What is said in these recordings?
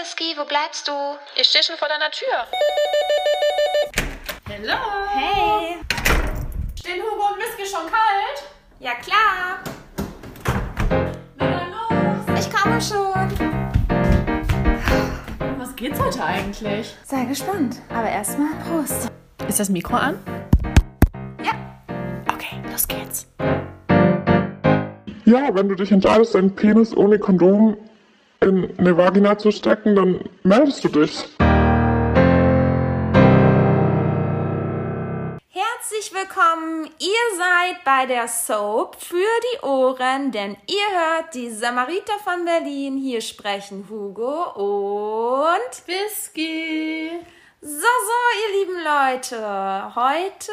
Whisky, wo bleibst du? Ich stehe schon vor deiner Tür. Hallo. Hey. Stehen Hugo und Whisky schon kalt? Ja, klar. Na dann los. Ich komme schon. Was geht's heute eigentlich? Sei gespannt. Aber erstmal Prost. Ist das Mikro an? Ja. Okay, los geht's. Ja, wenn du dich entscheidest, deinen Penis ohne Kondom in eine Vagina zu stecken, dann meldest du dich. Herzlich willkommen. Ihr seid bei der Soap für die Ohren, denn ihr hört die Samariter von Berlin. Hier sprechen Hugo und Whisky. So, ihr lieben Leute. Heute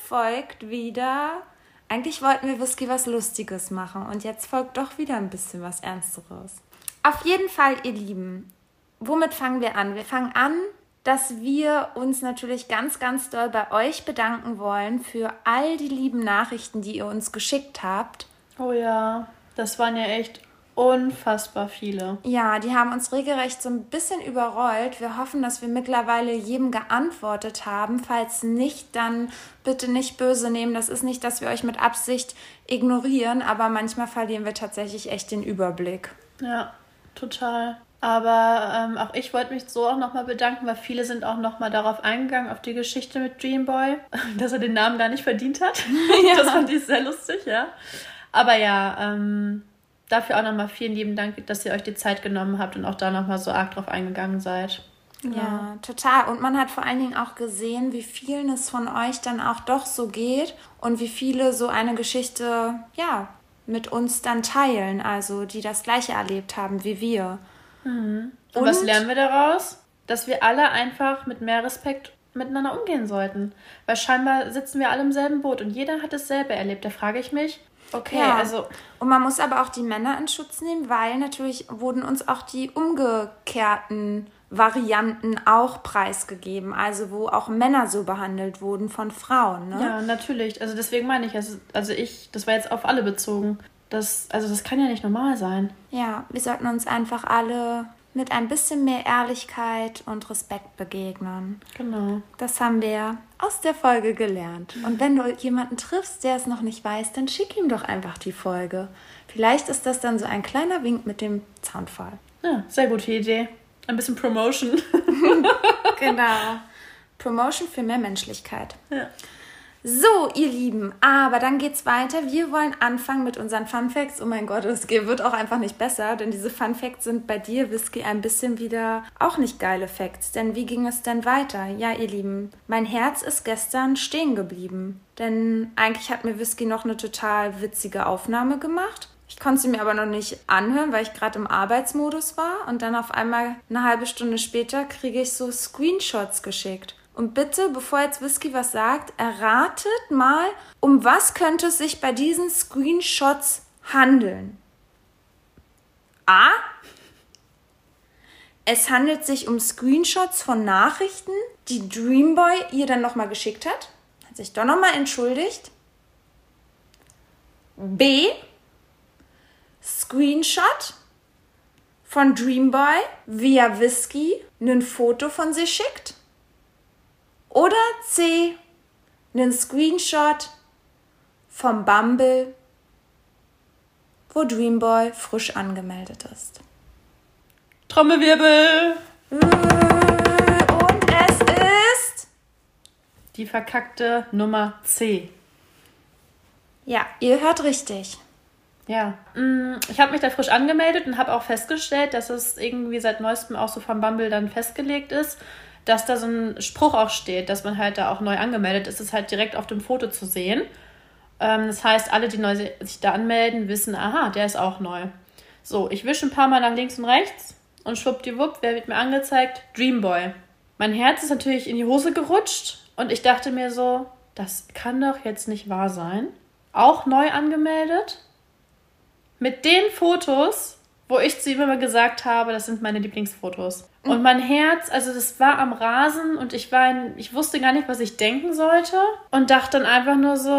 folgt wieder... Eigentlich wollten wir Whisky was Lustiges machen und jetzt folgt doch wieder ein bisschen was Ernsteres. Auf jeden Fall, ihr Lieben, womit fangen wir an? Wir fangen an, dass wir uns natürlich ganz, ganz doll bei euch bedanken wollen für all die lieben Nachrichten, die ihr uns geschickt habt. Oh ja, das waren ja echt unfassbar viele. Ja, die haben uns regelrecht so ein bisschen überrollt. Wir hoffen, dass wir mittlerweile jedem geantwortet haben. Falls nicht, dann bitte nicht böse nehmen. Das ist nicht, dass wir euch mit Absicht ignorieren, aber manchmal verlieren wir tatsächlich echt den Überblick. Ja, total. Aber auch ich wollte mich so auch nochmal bedanken, weil viele sind auch nochmal darauf eingegangen, auf die Geschichte mit Dreamboy, dass er den Namen gar nicht verdient hat. Ja. Das fand ich sehr lustig, ja. Aber ja, dafür auch nochmal vielen lieben Dank, dass ihr euch die Zeit genommen habt und auch da nochmal so arg drauf eingegangen seid. Ja, total. Und man hat vor allen Dingen auch gesehen, wie vielen es von euch dann auch doch so geht und wie viele so eine Geschichte, ja, mit uns dann teilen, also die das Gleiche erlebt haben wie wir. Mhm. Und was lernen wir daraus? Dass wir alle einfach mit mehr Respekt miteinander umgehen sollten. Weil scheinbar sitzen wir alle im selben Boot und jeder hat dasselbe erlebt. Da frage ich mich, okay, ja. Also... Und man muss aber auch die Männer in Schutz nehmen, weil natürlich wurden uns auch die umgekehrten Varianten auch preisgegeben. Also wo auch Männer so behandelt wurden von Frauen. Ne? Ja, natürlich. Also deswegen meine ich, das war jetzt auf alle bezogen. Das kann ja nicht normal sein. Ja, wir sollten uns einfach alle mit ein bisschen mehr Ehrlichkeit und Respekt begegnen. Genau. Das haben wir aus der Folge gelernt. Und wenn du jemanden triffst, der es noch nicht weiß, dann schick ihm doch einfach die Folge. Vielleicht ist das dann so ein kleiner Wink mit dem Zaunpfahl. Ja, sehr gute Idee. Ein bisschen Promotion. Genau. Promotion für mehr Menschlichkeit. Ja. So, ihr Lieben, aber dann geht's weiter. Wir wollen anfangen mit unseren Fun Facts. Oh mein Gott, es wird auch einfach nicht besser, denn diese Fun Facts sind bei dir, Whisky, ein bisschen wieder auch nicht geile Facts. Denn wie ging es denn weiter? Ja, ihr Lieben, mein Herz ist gestern stehen geblieben. Denn eigentlich hat mir Whisky noch eine total witzige Aufnahme gemacht. Ich konnte sie mir aber noch nicht anhören, weil ich gerade im Arbeitsmodus war. Und dann auf einmal eine halbe Stunde später kriege ich so Screenshots geschickt. Und bitte, bevor jetzt Whisky was sagt, erratet mal, um was könnte es sich bei diesen Screenshots handeln? A. Es handelt sich um Screenshots von Nachrichten, die Dreamboy ihr dann nochmal geschickt hat. Hat sich doch nochmal entschuldigt. B. Screenshot von Dreamboy via Whisky ein Foto von sich schickt. Oder C, einen Screenshot vom Bumble, wo Dreamboy frisch angemeldet ist. Trommelwirbel! Und es ist... Die verkackte Nummer C. Ja, ihr hört richtig. Ja, ich habe mich da frisch angemeldet und habe auch festgestellt, dass es irgendwie seit neuestem auch so vom Bumble dann festgelegt ist, dass da so ein Spruch auch steht, dass man halt da auch neu angemeldet ist, halt direkt auf dem Foto zu sehen. Das heißt, alle, die neu sich da anmelden, wissen, aha, der ist auch neu. So, ich wische ein paar Mal nach links und rechts und schwuppdiwupp, wer wird mir angezeigt? Dreamboy. Mein Herz ist natürlich in die Hose gerutscht und ich dachte mir so, das kann doch jetzt nicht wahr sein. Auch neu angemeldet? Mit den Fotos, wo ich zu ihm immer gesagt habe, das sind meine Lieblingsfotos. Und mein Herz, also das war am Rasen und ich wusste gar nicht, was ich denken sollte und dachte dann einfach nur so,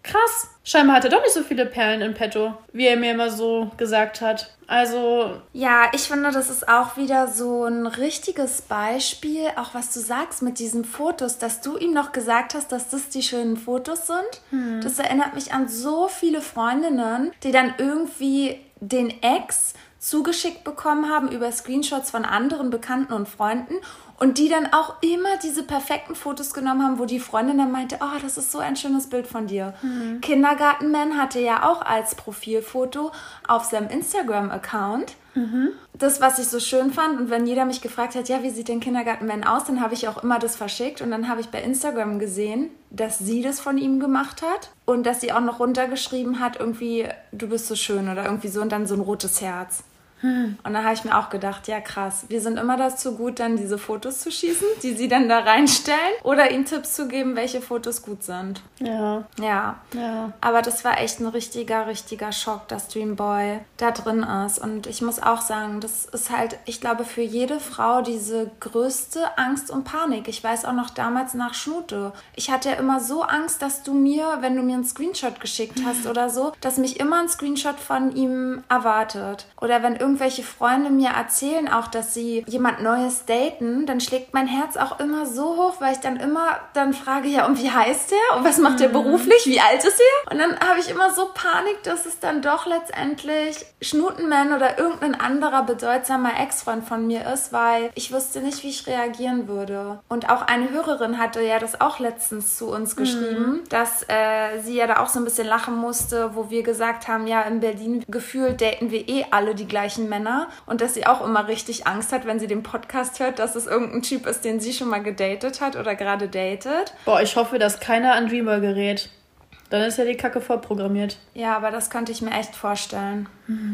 Krass. Scheinbar hat er doch nicht so viele Perlen in petto, wie er mir immer so gesagt hat. Also... Ja, ich finde, das ist auch wieder so ein richtiges Beispiel, auch was du sagst mit diesen Fotos, dass du ihm noch gesagt hast, dass das die schönen Fotos sind. Das erinnert mich an so viele Freundinnen, die dann irgendwie den Ex zugeschickt bekommen haben über Screenshots von anderen Bekannten und Freunden und die dann auch immer diese perfekten Fotos genommen haben, wo die Freundin dann meinte, oh, das ist so ein schönes Bild von dir. Kindergartenman hatte ja auch als Profilfoto auf seinem Instagram-Account das, was ich so schön fand. Und wenn jeder mich gefragt hat, ja, wie sieht denn Kindergartenman aus, dann habe ich auch immer das verschickt. Und dann habe ich bei Instagram gesehen, dass sie das von ihm gemacht hat und dass sie auch noch runtergeschrieben hat, irgendwie, du bist so schön oder irgendwie so und dann so ein rotes Herz. Und dann habe ich mir auch gedacht, ja krass, wir sind immer dazu gut, dann diese Fotos zu schießen, die sie dann da reinstellen oder ihnen Tipps zu geben, welche Fotos gut sind. Ja. Ja. Aber das war echt ein richtiger Schock, dass Dreamboy da drin ist. Und ich muss auch sagen, das ist halt, ich glaube, für jede Frau diese größte Angst und Panik. Ich weiß auch noch damals nach Schnute. Ich hatte ja immer so Angst, dass du mir, wenn du mir einen Screenshot geschickt hast oder so, dass mich immer ein Screenshot von ihm erwartet. Oder wenn irgendwelche Freunde mir erzählen auch, dass sie jemand Neues daten, dann schlägt mein Herz auch immer so hoch, weil ich dann frage, ja, und wie heißt der? Und was macht der beruflich? Wie alt ist er? Und dann habe ich immer so Panik, dass es dann doch letztendlich Schnutenman oder irgendein anderer bedeutsamer Ex-Freund von mir ist, weil ich wüsste nicht, wie ich reagieren würde. Und auch eine Hörerin hatte ja das auch letztens zu uns geschrieben, dass sie ja da auch so ein bisschen lachen musste, wo wir gesagt haben, ja, in Berlin gefühlt daten wir alle die gleichen Männer und dass sie auch immer richtig Angst hat, wenn sie den Podcast hört, dass es irgendein Typ ist, den sie schon mal gedatet hat oder gerade datet. Boah, ich hoffe, dass keiner an Dreamboy gerät. Dann ist ja die Kacke vorprogrammiert. Ja, aber das könnte ich mir echt vorstellen.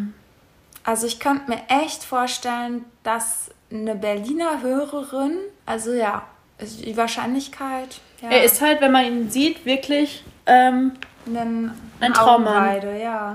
Also ich könnte mir echt vorstellen, dass eine Berliner Hörerin, also ja, die Wahrscheinlichkeit... Ja, Er ist halt, wenn man ihn sieht, wirklich ein Traummann. Ja.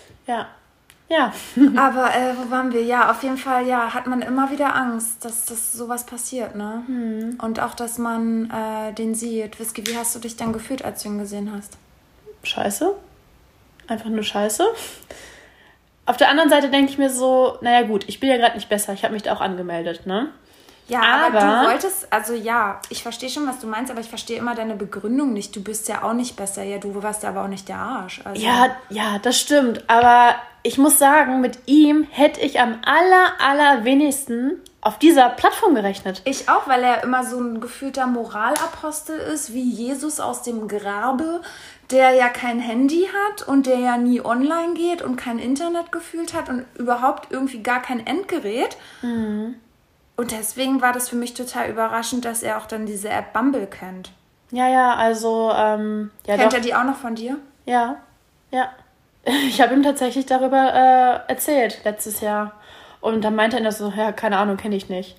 Ja. Aber wo waren wir? Ja, auf jeden Fall, ja, hat man immer wieder Angst, dass das sowas passiert, ne? Und auch, dass man den sieht. Whisky, wie hast du dich dann gefühlt, als du ihn gesehen hast? Scheiße. Einfach nur scheiße. Auf der anderen Seite denke ich mir so, naja gut, ich bin ja gerade nicht besser. Ich habe mich da auch angemeldet, ne? Ja, aber du wolltest, also ja, ich verstehe schon, was du meinst, aber ich verstehe immer deine Begründung nicht. Du bist ja auch nicht besser. Ja, du warst ja aber auch nicht der Arsch. Also. Ja, das stimmt. Aber ich muss sagen, mit ihm hätte ich am allerwenigsten auf dieser Plattform gerechnet. Ich auch, weil er immer so ein gefühlter Moralapostel ist, wie Jesus aus dem Grabe, der ja kein Handy hat und der ja nie online geht und kein Internet gefühlt hat und überhaupt irgendwie gar kein Endgerät. Und deswegen war das für mich total überraschend, dass er auch dann diese App Bumble kennt. Ja, also, Kennt er die auch noch von dir? Ja. Ich habe ihm tatsächlich darüber erzählt, letztes Jahr. Und dann meinte er so, ja, keine Ahnung, kenne ich nicht.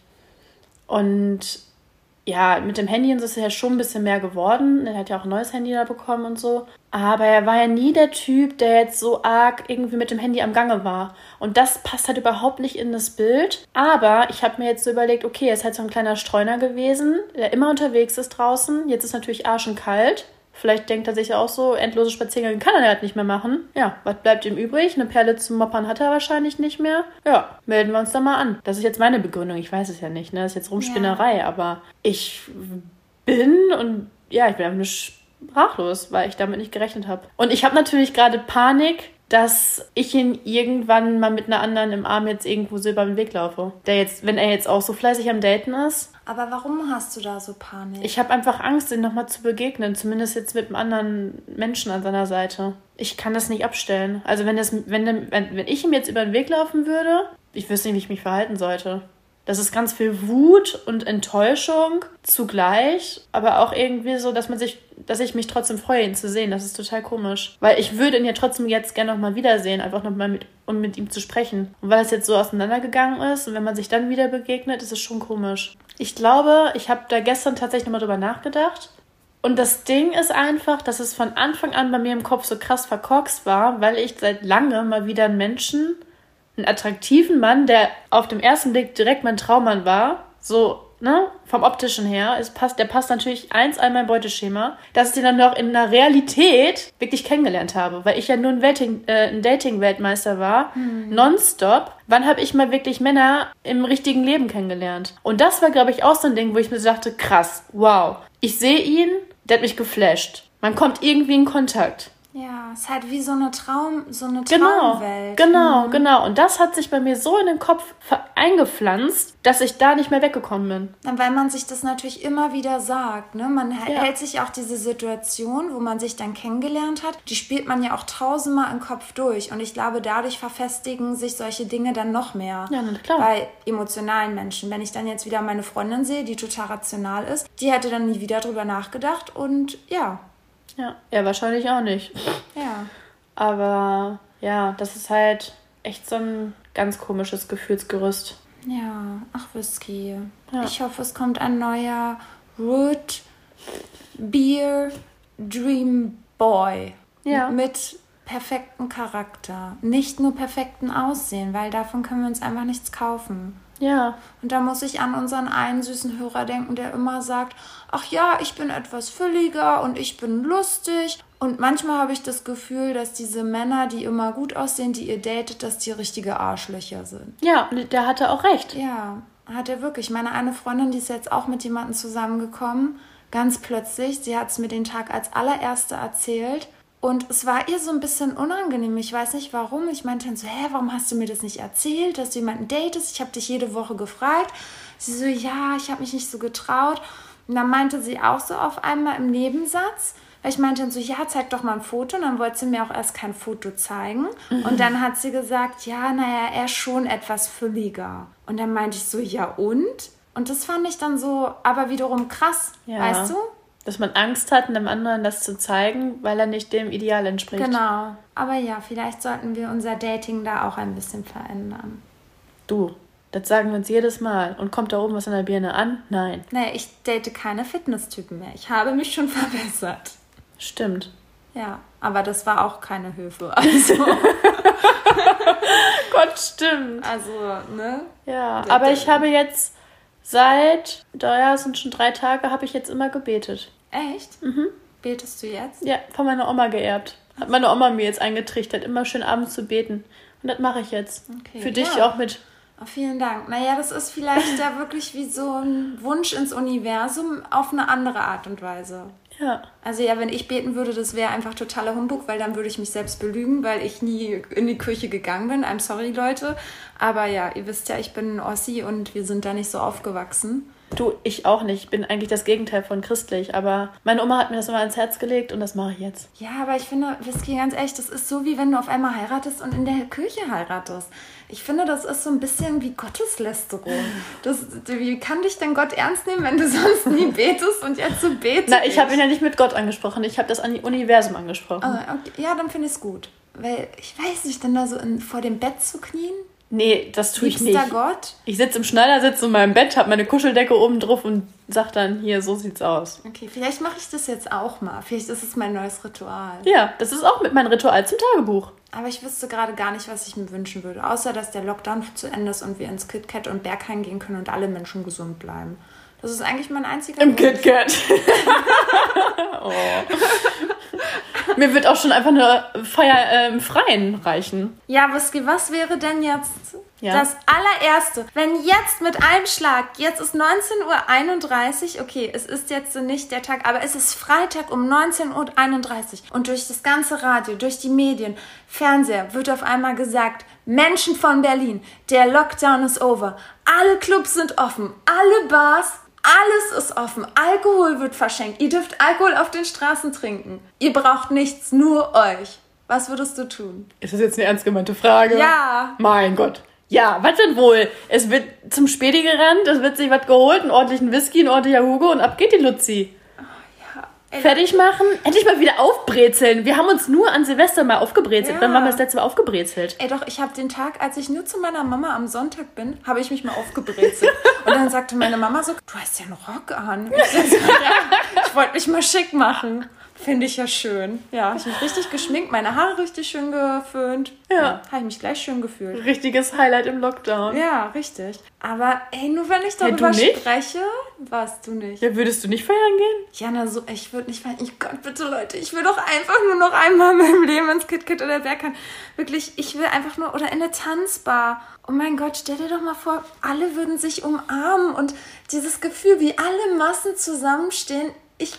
Und ja, mit dem Handy ist es ja schon ein bisschen mehr geworden. Er hat ja auch ein neues Handy da bekommen und so. Aber er war ja nie der Typ, der jetzt so arg irgendwie mit dem Handy am Gange war. Und das passt halt überhaupt nicht in das Bild. Aber ich habe mir jetzt so überlegt, okay, er ist halt so ein kleiner Streuner gewesen, der immer unterwegs ist draußen. Jetzt ist natürlich arschenkalt. Vielleicht denkt er sich auch so, endlose Spaziergänge kann er halt nicht mehr machen. Ja, was bleibt ihm übrig? Eine Perle zum Moppern hat er wahrscheinlich nicht mehr. Ja, melden wir uns da mal an. Das ist jetzt meine Begründung, ich weiß es ja nicht, ne? Das ist jetzt Rumspinnerei, aber ich bin einfach nur sprachlos, weil ich damit nicht gerechnet habe. Und ich habe natürlich gerade Panik, dass ich ihn irgendwann mal mit einer anderen im Arm jetzt irgendwo so über den Weg laufe. Wenn er jetzt auch so fleißig am Daten ist. Aber warum hast du da so Panik? Ich habe einfach Angst, ihn nochmal zu begegnen. Zumindest jetzt mit einem anderen Menschen an seiner Seite. Ich kann das nicht abstellen. Also wenn ich ihm jetzt über den Weg laufen würde, ich wüsste nicht, wie ich mich verhalten sollte. Das ist ganz viel Wut und Enttäuschung zugleich, aber auch irgendwie so, dass ich mich trotzdem freue, ihn zu sehen. Das ist total komisch. Weil ich würde ihn ja trotzdem jetzt gerne nochmal wiedersehen, einfach nochmal mit ihm zu sprechen. Und weil es jetzt so auseinandergegangen ist und wenn man sich dann wieder begegnet, ist es schon komisch. Ich glaube, ich habe da gestern tatsächlich nochmal drüber nachgedacht. Und das Ding ist einfach, dass es von Anfang an bei mir im Kopf so krass verkorkst war, weil ich seit langem mal wieder einen attraktiven Mann, der auf dem ersten Blick direkt mein Traummann war, so ne, vom Optischen her, der passt natürlich in mein Beuteschema, dass ich den dann noch in der Realität wirklich kennengelernt habe, weil ich ja nur ein Dating-Weltmeister war, nonstop. Wann habe ich mal wirklich Männer im richtigen Leben kennengelernt? Und das war, glaube ich, auch so ein Ding, wo ich mir so dachte, krass, wow, ich sehe ihn, der hat mich geflasht. Man kommt irgendwie in Kontakt. Ja, es ist halt wie so eine Traumwelt. Genau. Und das hat sich bei mir so in den Kopf eingepflanzt, dass ich da nicht mehr weggekommen bin. Weil man sich das natürlich immer wieder sagt, ne? Man hält sich auch diese Situation, wo man sich dann kennengelernt hat, die spielt man ja auch tausendmal im Kopf durch. Und ich glaube, dadurch verfestigen sich solche Dinge dann noch mehr. Ja, na klar. Bei emotionalen Menschen. Wenn ich dann jetzt wieder meine Freundin sehe, die total rational ist, die hätte dann nie wieder drüber nachgedacht und ja. Ja, er wahrscheinlich auch nicht. Ja. Aber ja, das ist halt echt so ein ganz komisches Gefühlsgerüst. Ja, ach Whisky. Ja. Ich hoffe, es kommt ein neuer Root Beer Dream Boy. Ja. Mit perfektem Charakter. Nicht nur perfekten Aussehen, weil davon können wir uns einfach nichts kaufen. Ja. Und da muss ich an unseren einen süßen Hörer denken, der immer sagt, ach ja, ich bin etwas fülliger und ich bin lustig. Und manchmal habe ich das Gefühl, dass diese Männer, die immer gut aussehen, die ihr datet, dass die richtige Arschlöcher sind. Ja, und der hatte auch recht. Ja, hat er wirklich. Meine eine Freundin, die ist jetzt auch mit jemandem zusammengekommen, ganz plötzlich. Sie hat es mir den Tag als allererste erzählt. Und es war ihr so ein bisschen unangenehm. Ich weiß nicht, warum. Ich meinte dann so, warum hast du mir das nicht erzählt, dass du jemanden datest? Ich habe dich jede Woche gefragt. Sie so, ja, ich habe mich nicht so getraut. Und dann meinte sie auch so auf einmal im Nebensatz, weil ich meinte dann so, ja, zeig doch mal ein Foto. Und dann wollte sie mir auch erst kein Foto zeigen. Und dann hat sie gesagt, ja, naja, er ist schon etwas fülliger. Und dann meinte ich so, ja und? Und das fand ich dann so, aber wiederum krass, weißt du? Dass man Angst hat, einem anderen das zu zeigen, weil er nicht dem Ideal entspricht. Genau. Aber ja, vielleicht sollten wir unser Dating da auch ein bisschen verändern. Du, das sagen wir uns jedes Mal. Und kommt da oben was an der Birne an? Nein. Naja, ich date keine Fitnesstypen mehr. Ich habe mich schon verbessert. Stimmt. Ja, aber das war auch keine Hilfe. Also. Gott, stimmt. Also, ne? Ja, aber ich habe jetzt es sind schon 3 Tage, habe ich jetzt immer gebetet. Echt? Betest du jetzt? Ja, von meiner Oma geerbt. Hat meine Oma mir jetzt eingetrichtert, immer schön abends zu beten. Und das mache ich jetzt. Okay, für dich ja. auch mit. Oh, vielen Dank. Naja, das ist vielleicht ja wirklich wie so ein Wunsch ins Universum auf eine andere Art und Weise. Ja. Also ja, wenn ich beten würde, das wäre einfach totaler Humbug, weil dann würde ich mich selbst belügen, weil ich nie in die Kirche gegangen bin. I'm sorry, Leute. Aber ja, ihr wisst ja, ich bin ein Ossi und wir sind da nicht so aufgewachsen. Du, ich auch nicht. Ich bin eigentlich das Gegenteil von christlich. Aber meine Oma hat mir das immer ans Herz gelegt und das mache ich jetzt. Ja, aber ich finde, Whisky, ganz ehrlich, das ist so, wie wenn du auf einmal heiratest und in der Kirche heiratest. Ich finde, das ist so ein bisschen wie Gotteslästerung. Wie kann dich denn Gott ernst nehmen, wenn du sonst nie betest und jetzt so betest? Na, ich habe ihn ja nicht mit Gott angesprochen. Ich habe das an die Universum angesprochen. Okay. Ja, dann finde ich es gut. Weil, ich weiß nicht, dann da so vor dem Bett zu knien. Nee, das tue ich nicht. Liebster Gott? Ich sitze im Schneidersitz in meinem Bett, habe meine Kuscheldecke oben drauf und sag dann, hier, so sieht's aus. Okay, vielleicht mache ich das jetzt auch mal. Vielleicht ist es mein neues Ritual. Ja, das ist auch mit meinem Ritual zum Tagebuch. Aber ich wüsste gerade gar nicht, was ich mir wünschen würde. Außer, dass der Lockdown zu Ende ist und wir ins KitKat und Berghain gehen können und alle Menschen gesund bleiben. Das ist eigentlich mein einziger Im Wunsch. KitKat. Oh. Mir wird auch schon einfach eine Feier im Freien reichen. Ja, Whisky, was wäre denn jetzt das allererste? Wenn jetzt mit einem Schlag, jetzt ist 19:31 Uhr, okay, es ist jetzt nicht der Tag, aber es ist Freitag um 19:31 Uhr und durch das ganze Radio, durch die Medien, Fernseher wird auf einmal gesagt, Menschen von Berlin, der Lockdown ist over, alle Clubs sind offen, alle Bars, alles ist offen. Alkohol wird verschenkt. Ihr dürft Alkohol auf den Straßen trinken. Ihr braucht nichts, nur euch. Was würdest du tun? Ist das jetzt eine ernst gemeinte Frage? Ja. Mein Gott. Ja, was denn wohl? Es wird zum Späti gerannt, es wird sich was geholt, einen ordentlichen Whisky, ein ordentlicher Hugo und ab geht die Luzi. Fertig machen, endlich mal wieder aufbrezeln. Wir haben uns nur an Silvester mal aufgebrezelt. Ja. Wann waren wir das letzte Mal aufgebrezelt? Ey, doch, ich habe den Tag, als ich nur zu meiner Mama am Sonntag bin, habe ich mich mal aufgebrezelt. Und dann sagte meine Mama so, du hast ja einen Rock an. Ich wollte mich mal schick machen. Finde ich ja schön. Ja, habe ich mich richtig geschminkt, meine Haare richtig schön geföhnt. Ja. Habe ich mich gleich schön gefühlt. Richtiges Highlight im Lockdown. Ja, richtig. Aber ey, nur wenn ich du darüber nicht? spreche, warst du nicht. Ja, würdest du nicht feiern gehen? Jana, so, ich würde nicht feiern. Gott, bitte Leute, ich will doch einfach nur noch einmal in meinem Leben ins KitKat oder Berghain. Wirklich, ich will einfach nur, oder in eine Tanzbar. Oh mein Gott, stell dir doch mal vor, alle würden sich umarmen und dieses Gefühl, wie alle Massen zusammenstehen. Ich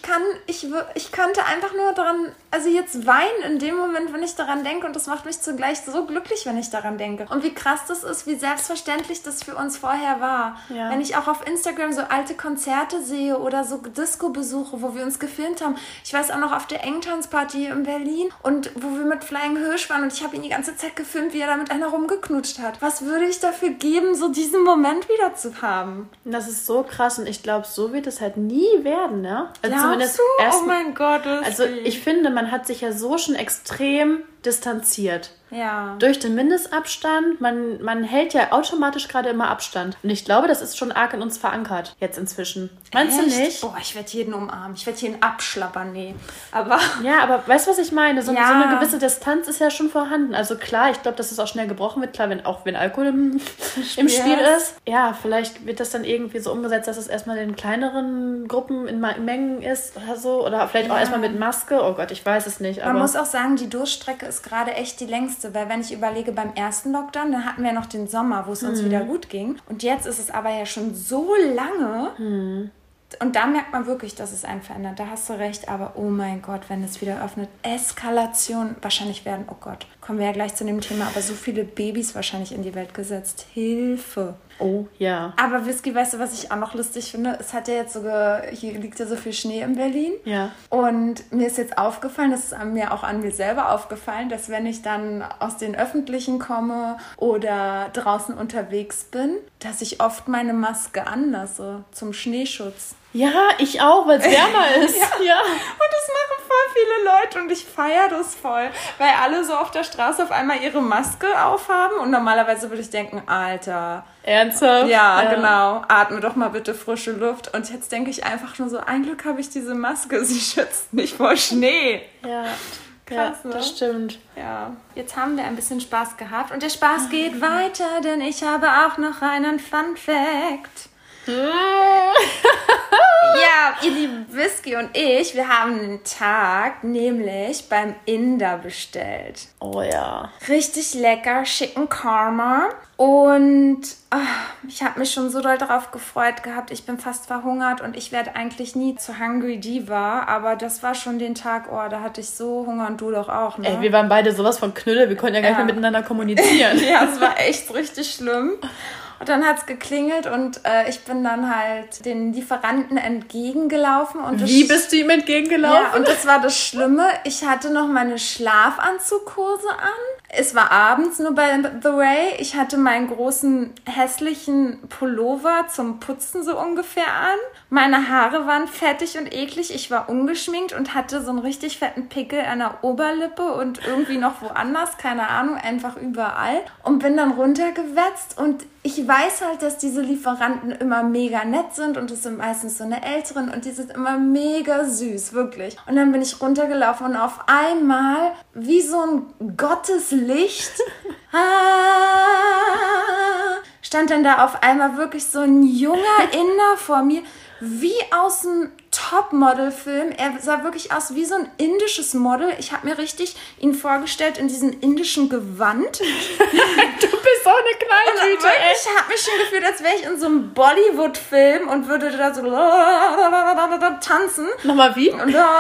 könnte einfach nur daran, also jetzt weinen in dem Moment, wenn ich daran denke, und das macht mich zugleich so glücklich, wenn ich daran denke. Und wie krass das ist, wie selbstverständlich das für uns vorher war. Ja. Wenn ich auch auf Instagram so alte Konzerte sehe oder so Disco-Besuche, wo wir uns gefilmt haben. Ich weiß auch noch auf der Engtanzparty in Berlin und wo wir mit Flying Hirsch waren und ich habe ihn die ganze Zeit gefilmt, wie er da mit einer rumgeknutscht hat. Was würde ich dafür geben, so diesen Moment wieder zu haben? Das ist so krass und ich glaube, so wird es halt nie werden, ne? Glaubst du? Oh mein Gott. Also ich finde, man hat sich ja so schon extrem distanziert. Ja. Durch den Mindestabstand, man hält ja automatisch gerade immer Abstand. Und ich glaube, das ist schon arg in uns verankert, jetzt inzwischen. Meinst du nicht? Boah, ich werde jeden umarmen. Ich werde jeden abschlappern, nee. Aber... Ja, aber weißt du, was ich meine? So eine gewisse Distanz ist ja schon vorhanden. Also klar, ich glaube, dass es auch schnell gebrochen wird. Klar, wenn Alkohol im Spiel ist. Ja, vielleicht wird das dann irgendwie so umgesetzt, dass es erstmal in kleineren Gruppen in Mengen ist oder so. Oder vielleicht auch erstmal mit Maske. Oh Gott, ich weiß es nicht. Man muss auch sagen, die Durststrecke ist gerade echt die längste. Weil wenn ich überlege, beim ersten Lockdown, dann hatten wir noch den Sommer, wo es uns wieder gut ging. Und jetzt ist es aber ja schon so lange. Und da merkt man wirklich, dass es einen verändert. Da hast du recht, aber oh mein Gott, wenn es wieder öffnet. Eskalation. Wahrscheinlich werden, oh Gott, kommen wir ja gleich zu dem Thema, aber so viele Babys wahrscheinlich in die Welt gesetzt. Hilfe. Oh, ja. Aber Whisky, weißt du, was ich auch noch lustig finde? Es hat ja jetzt hier liegt ja so viel Schnee in Berlin. Ja. Und mir ist jetzt aufgefallen, das ist mir auch an mir selber aufgefallen, dass wenn ich dann aus den Öffentlichen komme oder draußen unterwegs bin, dass ich oft meine Maske anlasse zum Schneeschutz. Ja, ich auch, weil es wärmer ist. Ja. Und das machen voll viele Leute und ich feiere das voll, weil alle so auf der Straße auf einmal ihre Maske aufhaben und normalerweise würde ich denken, Alter. Ernsthaft? Ja, genau. Atme doch mal bitte frische Luft. Und jetzt denke ich einfach nur so, ein Glück habe ich diese Maske, sie schützt mich vor Schnee. Ja. Krass, ja, ne? Das stimmt. Ja. Jetzt haben wir ein bisschen Spaß gehabt und der Spaß geht weiter, denn ich habe auch noch einen Fun Fact. Ja, ihr lieben Whisky und ich, wir haben einen Tag nämlich beim Inder bestellt. Oh ja. Richtig lecker, Chicken Karma. Und ich habe mich schon so doll darauf gefreut gehabt. Ich bin fast verhungert und ich werde eigentlich nie zu Hungry Diva. Aber das war schon den Tag, da hatte ich so Hunger und du doch auch, ne? Ey, wir waren beide sowas von Knülle. Wir konnten ja gar nicht mehr miteinander kommunizieren. Ja, es war echt richtig schlimm. Und dann hat es geklingelt und ich bin dann halt den Lieferanten entgegengelaufen. Und Wie bist du ihm entgegengelaufen? Ja, und das war das Schlimme. Ich hatte noch meine Schlafanzughose an. Es war abends, nur by the way. Ich hatte meinen großen, hässlichen Pullover zum Putzen so ungefähr an. Meine Haare waren fettig und eklig. Ich war ungeschminkt und hatte so einen richtig fetten Pickel an der Oberlippe und irgendwie noch woanders, keine Ahnung, einfach überall. Und bin dann runtergewetzt und ich weiß halt, dass diese Lieferanten immer mega nett sind und es sind meistens so eine Älteren und die sind immer mega süß, wirklich. Und dann bin ich runtergelaufen und auf einmal, wie so ein Gotteslicht, stand dann da auf einmal wirklich so ein junger Inder vor mir, wie aus einem Topmodel-Film. Er sah wirklich aus wie so ein indisches Model. Ich habe mir richtig ihn vorgestellt in diesem indischen Gewand. Du bist so eine Knalltüte, ey. Ich habe mich schon gefühlt, als wäre ich in so einem Bollywood-Film und würde da so tanzen. Nochmal wie? Und es sah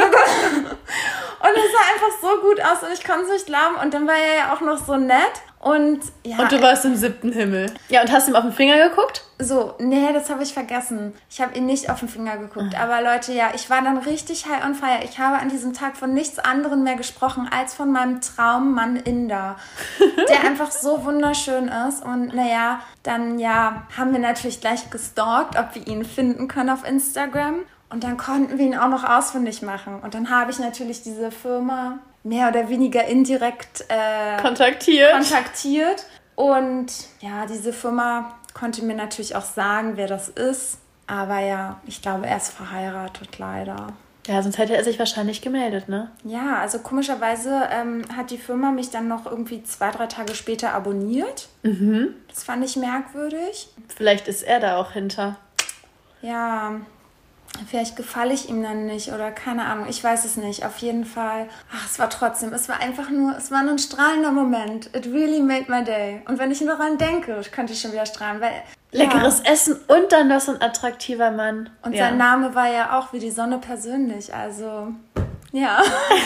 einfach so gut aus und ich konnte es nicht glauben. Und dann war er ja auch noch so nett. Und du warst im 7. Himmel. Ja, und hast ihm auf den Finger geguckt? So, nee, das habe ich vergessen. Ich habe ihn nicht auf den Finger geguckt. Aber Leute, ja, ich war dann richtig high on fire. Ich habe an diesem Tag von nichts anderem mehr gesprochen, als von meinem Traummann Inder, der einfach so wunderschön ist. Und naja, dann haben wir natürlich gleich gestalkt, ob wir ihn finden können auf Instagram. Und dann konnten wir ihn auch noch ausfindig machen. Und dann habe ich natürlich diese Firma mehr oder weniger indirekt kontaktiert. Und ja, diese Firma konnte mir natürlich auch sagen, wer das ist. Aber ja, ich glaube, er ist verheiratet, leider. Ja, sonst hätte er sich wahrscheinlich gemeldet, ne? Ja, also komischerweise hat die Firma mich dann noch irgendwie 2-3 Tage später abonniert. Das fand ich merkwürdig. Vielleicht ist er da auch hinter. Ja, vielleicht gefalle ich ihm dann nicht oder keine Ahnung, ich weiß es nicht. Auf jeden Fall, es war nur ein strahlender Moment. It really made my day. Und wenn ich nur daran denke, könnte ich schon wieder strahlen, weil... Leckeres Essen und dann noch so ein attraktiver Mann. Und sein Name war ja auch wie die Sonne persönlich, also ja.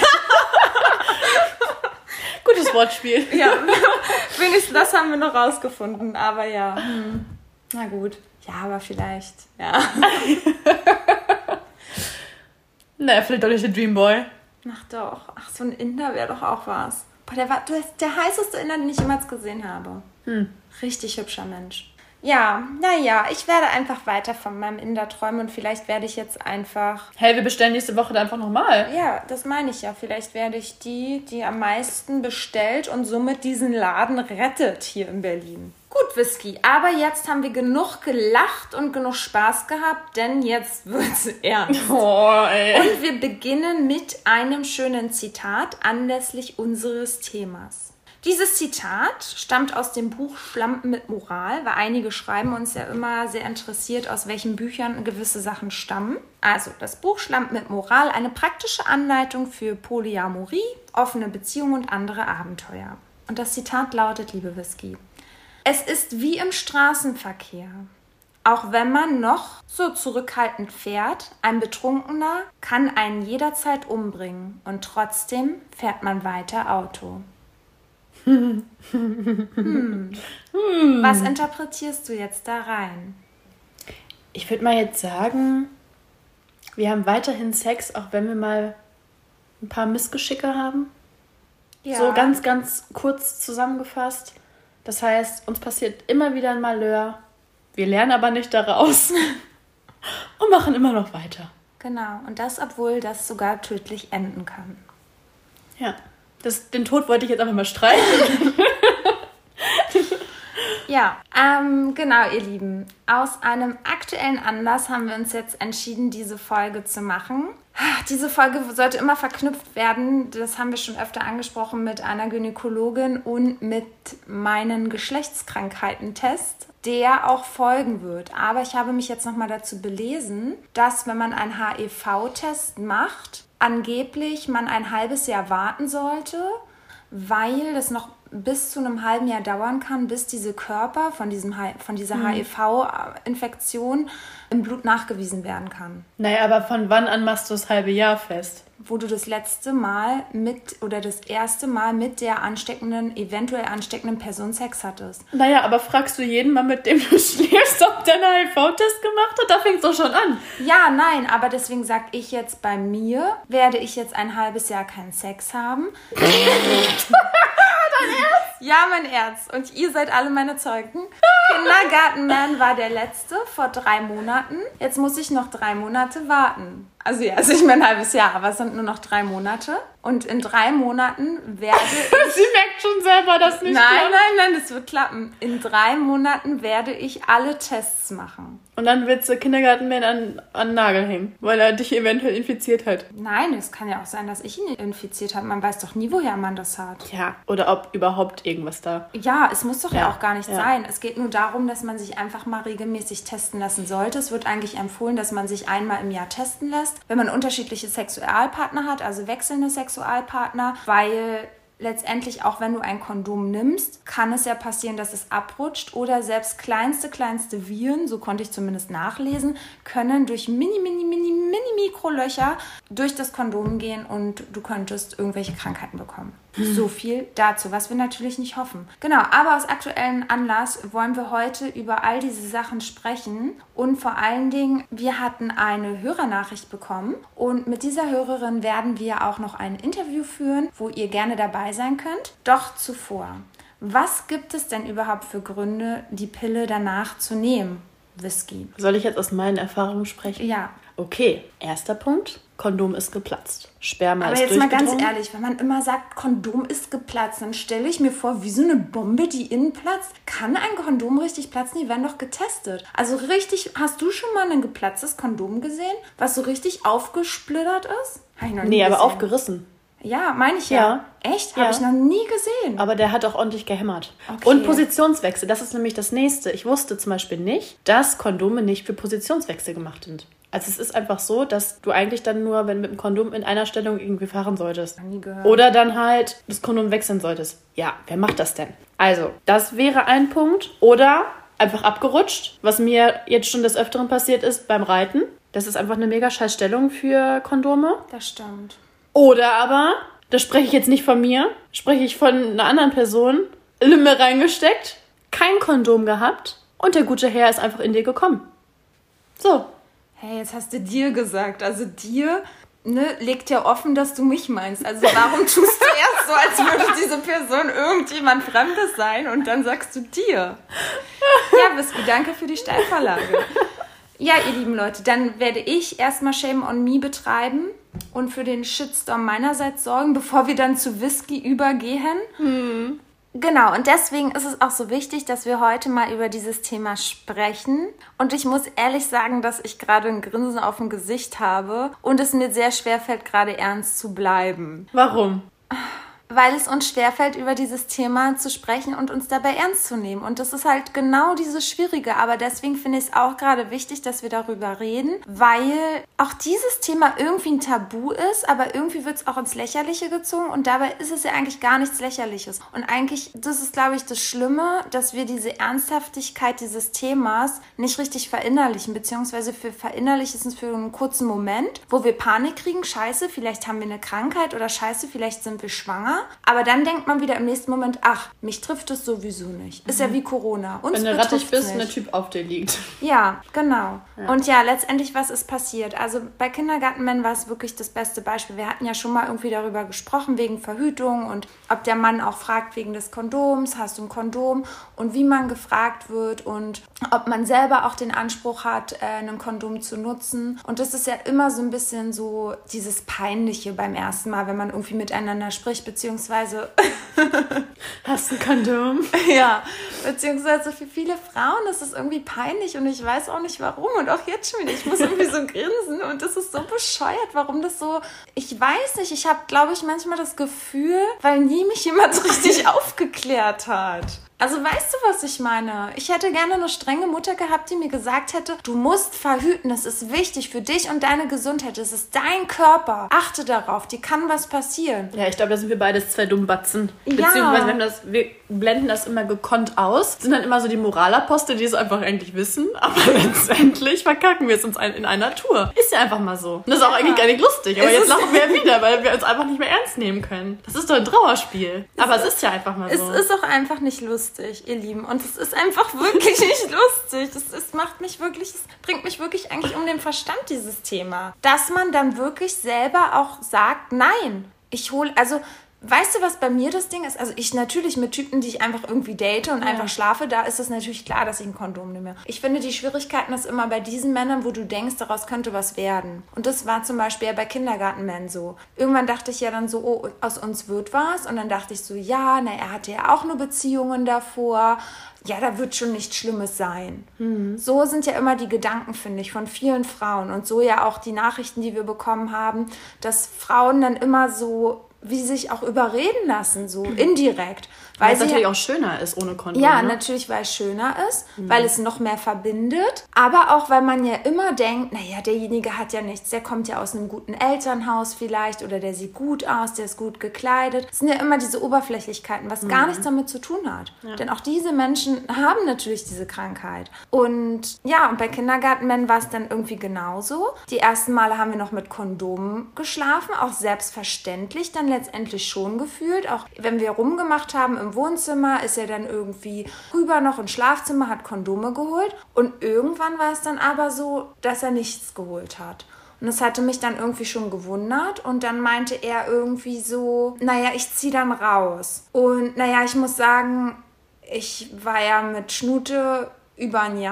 Gutes Wortspiel. Ja, wenigstens das haben wir noch rausgefunden, aber ja. Na gut. Ja, aber vielleicht, ja. Naja, vielleicht doch nicht der Dreamboy. Ach doch, so ein Inder wäre doch auch was. Boah, du bist der heißeste Inder, den ich jemals gesehen habe. Richtig hübscher Mensch. Ja, naja, ich werde einfach weiter von meinem Inder träumen und vielleicht werde ich jetzt einfach... Hey, wir bestellen nächste Woche dann einfach nochmal. Ja, das meine ich ja. Vielleicht werde ich die am meisten bestellt und somit diesen Laden rettet hier in Berlin. Gut, Whisky, aber jetzt haben wir genug gelacht und genug Spaß gehabt, denn jetzt wird's ernst. Oh, ey. Und wir beginnen mit einem schönen Zitat anlässlich unseres Themas. Dieses Zitat stammt aus dem Buch Schlampen mit Moral, weil einige schreiben uns ja immer sehr interessiert, aus welchen Büchern gewisse Sachen stammen. Also das Buch Schlampen mit Moral, eine praktische Anleitung für Polyamorie, offene Beziehungen und andere Abenteuer. Und das Zitat lautet, liebe Whisky: Es ist wie im Straßenverkehr. Auch wenn man noch so zurückhaltend fährt, ein Betrunkener kann einen jederzeit umbringen und trotzdem fährt man weiter Auto. Was interpretierst du jetzt da rein? Ich würde mal jetzt sagen, wir haben weiterhin Sex, auch wenn wir mal ein paar Missgeschicke haben. Ja. So ganz, ganz kurz zusammengefasst. Das heißt, uns passiert immer wieder ein Malheur. Wir lernen aber nicht daraus und machen immer noch weiter. Genau, und das, obwohl das sogar tödlich enden kann. Ja, den Tod wollte ich jetzt einfach mal streichen. Ja, genau, ihr Lieben. Aus einem aktuellen Anlass haben wir uns jetzt entschieden, diese Folge zu machen. Diese Folge sollte immer verknüpft werden, das haben wir schon öfter angesprochen, mit einer Gynäkologin und mit meinen Geschlechtskrankheiten-Test, der auch folgen wird. Aber ich habe mich jetzt nochmal dazu belesen, dass wenn man einen HIV-Test macht, angeblich man ein halbes Jahr warten sollte, weil das noch bis zu einem halben Jahr dauern kann, bis diese Körper von dieser HIV-Infektion im Blut nachgewiesen werden kann. Naja, aber von wann an machst du das halbe Jahr fest? Wo du das erste Mal mit der eventuell ansteckenden Person Sex hattest. Naja, aber fragst du jeden Mal, mit dem du schläfst, ob der einen HIV-Test gemacht hat? Da fängt es doch schon an. Ja, nein, aber deswegen sag ich jetzt, bei mir werde ich jetzt ein halbes Jahr keinen Sex haben. Dein Ernst? Ja, mein Ernst. Und ihr seid alle meine Zeugen. Kindergartenman war der letzte vor 3 Monaten. Jetzt muss ich noch 3 Monate warten. Also ja, es ist nicht mehr ein halbes Jahr, aber es sind nur noch 3 Monate. Und in 3 Monaten werde ich... Sie merkt schon selber, dass nicht klappt. Nein, das wird klappen. In 3 Monaten werde ich alle Tests machen. Und dann wird der Kindergartenman an den Nagel hängen, weil er dich eventuell infiziert hat. Nein, es kann ja auch sein, dass ich ihn infiziert habe. Man weiß doch nie, woher man das hat. Ja, oder ob überhaupt irgendwas da... Ja, es muss doch ja auch gar nicht sein. Es geht nur darum, dass man sich einfach mal regelmäßig testen lassen sollte. Es wird eigentlich empfohlen, dass man sich einmal im Jahr testen lässt, wenn man unterschiedliche Sexualpartner hat, also wechselnde Sexualpartner, weil letztendlich auch wenn du ein Kondom nimmst, kann es ja passieren, dass es abrutscht oder selbst kleinste Viren, so konnte ich zumindest nachlesen, können durch Mikrolöcher durch das Kondom gehen und du könntest irgendwelche Krankheiten bekommen. So viel dazu, was wir natürlich nicht hoffen. Genau, aber aus aktuellem Anlass wollen wir heute über all diese Sachen sprechen und vor allen Dingen, wir hatten eine Hörernachricht bekommen und mit dieser Hörerin werden wir auch noch ein Interview führen, wo ihr gerne dabei sein könnt. Doch zuvor, was gibt es denn überhaupt für Gründe, die Pille danach zu nehmen? Whisky. Soll ich jetzt aus meinen Erfahrungen sprechen? Ja. Okay, erster Punkt. Kondom ist geplatzt. Sperma Aber ist jetzt mal ganz durchgedrungen. ehrlich, wenn man immer sagt, Kondom ist geplatzt, dann stelle ich mir vor, wie so eine Bombe, die innen platzt. Kann ein Kondom richtig platzen? Die werden doch getestet. Also richtig, hast du schon mal ein geplatztes Kondom gesehen, was so richtig aufgesplittert ist? Hab ich noch nie Aber gesehen. aufgerissen. Ja, meine ich ja. Ja. Echt? Ja. Habe ich noch nie gesehen. Aber der hat auch ordentlich gehämmert. Okay. Und Positionswechsel, das ist nämlich das Nächste. Ich wusste zum Beispiel nicht, dass Kondome nicht für Positionswechsel gemacht sind. Also es ist einfach so, dass du eigentlich dann nur, wenn mit dem Kondom in einer Stellung irgendwie fahren solltest. Nie gehört. Oder dann halt das Kondom wechseln solltest. Ja, wer macht das denn? Also, das wäre ein Punkt. Oder einfach abgerutscht, was mir jetzt schon des Öfteren passiert ist beim Reiten. Das ist einfach eine mega scheiß Stellung für Kondome. Das stimmt. Oder aber, das spreche ich jetzt nicht von mir, spreche ich von einer anderen Person, Lümmel reingesteckt, kein Kondom gehabt und der gute Herr ist einfach in dir gekommen. So. Hey, jetzt hast du dir gesagt. Also dir legt ja offen, dass du mich meinst. Also warum tust du erst so, als würde diese Person irgendjemand Fremdes sein und dann sagst du dir? Ja, Whisky, danke für die Steilvorlage. Ja, ihr lieben Leute, dann werde ich erstmal Shame on Me betreiben und für den Shitstorm meinerseits sorgen, bevor wir dann zu Whisky übergehen. Genau, und deswegen ist es auch so wichtig, dass wir heute mal über dieses Thema sprechen. Und ich muss ehrlich sagen, dass ich gerade ein Grinsen auf dem Gesicht habe und es mir sehr schwerfällt, gerade ernst zu bleiben. Warum? Weil es uns schwerfällt, über dieses Thema zu sprechen und uns dabei ernst zu nehmen. Und das ist halt genau dieses Schwierige. Aber deswegen finde ich es auch gerade wichtig, dass wir darüber reden, weil auch dieses Thema irgendwie ein Tabu ist, aber irgendwie wird es auch ins Lächerliche gezogen und dabei ist es ja eigentlich gar nichts Lächerliches. Und eigentlich, das ist, glaube ich, das Schlimme, dass wir diese Ernsthaftigkeit dieses Themas nicht richtig verinnerlichen, beziehungsweise für verinnerlichen es für einen kurzen Moment, wo wir Panik kriegen, scheiße, vielleicht haben wir eine Krankheit oder scheiße, vielleicht sind wir schwanger. Aber dann denkt man wieder im nächsten Moment, ach, mich trifft es sowieso nicht. Ist ja wie Corona. Uns Wenn du rattig bist und nicht. der Typ auf dir liegt. Ja, genau. Ja. Und ja, letztendlich, was ist passiert? Also bei Kindergartenmen war es wirklich das beste Beispiel. Wir hatten ja schon mal irgendwie darüber gesprochen, wegen Verhütung und ob der Mann auch fragt wegen des Kondoms, hast du ein Kondom? Und wie man gefragt wird und ob man selber auch den Anspruch hat, ein Kondom zu nutzen. Und das ist ja immer so ein bisschen so dieses Peinliche beim ersten Mal, wenn man irgendwie miteinander spricht, beziehungsweise Hast du ein Kondom? ja, beziehungsweise für viele Frauen ist es irgendwie peinlich und ich weiß auch nicht warum und auch jetzt schon wieder, ich muss irgendwie so grinsen und das ist so bescheuert, warum das so, ich weiß nicht, ich habe, glaube ich, manchmal das Gefühl, weil nie mich jemand richtig aufgeklärt hat. Also weißt du, was ich meine? Ich hätte gerne eine strenge Mutter gehabt, die mir gesagt hätte, du musst verhüten, es ist wichtig für dich und deine Gesundheit, es ist dein Körper. Achte darauf, dir kann was passieren. Ja, ich glaube, da sind wir beides zwei Dummbatzen. Ja. Beziehungsweise wir blenden das immer gekonnt aus, sind dann immer so die Moralapostel, die es einfach eigentlich wissen, aber letztendlich verkacken wir es uns in einer Tour. Ist ja einfach mal so. Und das ist auch eigentlich gar nicht lustig, aber jetzt lachen wir ja wieder, weil wir uns einfach nicht mehr ernst nehmen können. Das ist doch ein Trauerspiel. Aber es ist ja einfach mal so. Es ist auch einfach nicht lustig, ihr Lieben. Und es ist einfach wirklich nicht lustig. Es bringt mich wirklich eigentlich um den Verstand, dieses Thema. Dass man dann wirklich selber auch sagt, nein, weißt du, was bei mir das Ding ist? Also ich natürlich mit Typen, die ich einfach irgendwie date und einfach schlafe, da ist es natürlich klar, dass ich ein Kondom nehme. Ich finde, die Schwierigkeiten ist immer bei diesen Männern, wo du denkst, daraus könnte was werden. Und das war zum Beispiel ja bei Kindergartenmännern so. Irgendwann dachte ich ja dann so, oh, aus uns wird was. Und dann dachte ich so, ja, er hatte ja auch nur Beziehungen davor. Ja, da wird schon nichts Schlimmes sein. So sind ja immer die Gedanken, finde ich, von vielen Frauen. Und so ja auch die Nachrichten, die wir bekommen haben, dass Frauen dann immer so wie sich auch überreden lassen, so indirekt. Weil es natürlich auch schöner ist ohne Kondom. Ja, ne? natürlich, weil es schöner ist, weil es noch mehr verbindet. Aber auch, weil man ja immer denkt, naja, derjenige hat ja nichts, der kommt ja aus einem guten Elternhaus vielleicht oder der sieht gut aus, der ist gut gekleidet. Das sind ja immer diese Oberflächlichkeiten, was gar nichts damit zu tun hat. Ja. Denn auch diese Menschen haben natürlich diese Krankheit. Und ja, und bei Kindergartenmännern war es dann irgendwie genauso. Die ersten Male haben wir noch mit Kondomen geschlafen, auch selbstverständlich, dann letztendlich schon gefühlt. Auch wenn wir rumgemacht haben im Wohnzimmer, ist er dann irgendwie rüber noch ins Schlafzimmer, hat Kondome geholt. Und irgendwann war es dann aber so, dass er nichts geholt hat. Und das hatte mich dann irgendwie schon gewundert. Und dann meinte er irgendwie so, naja, ich ziehe dann raus. Und naja, ich muss sagen, ich war ja mit Schnute über ein Jahr.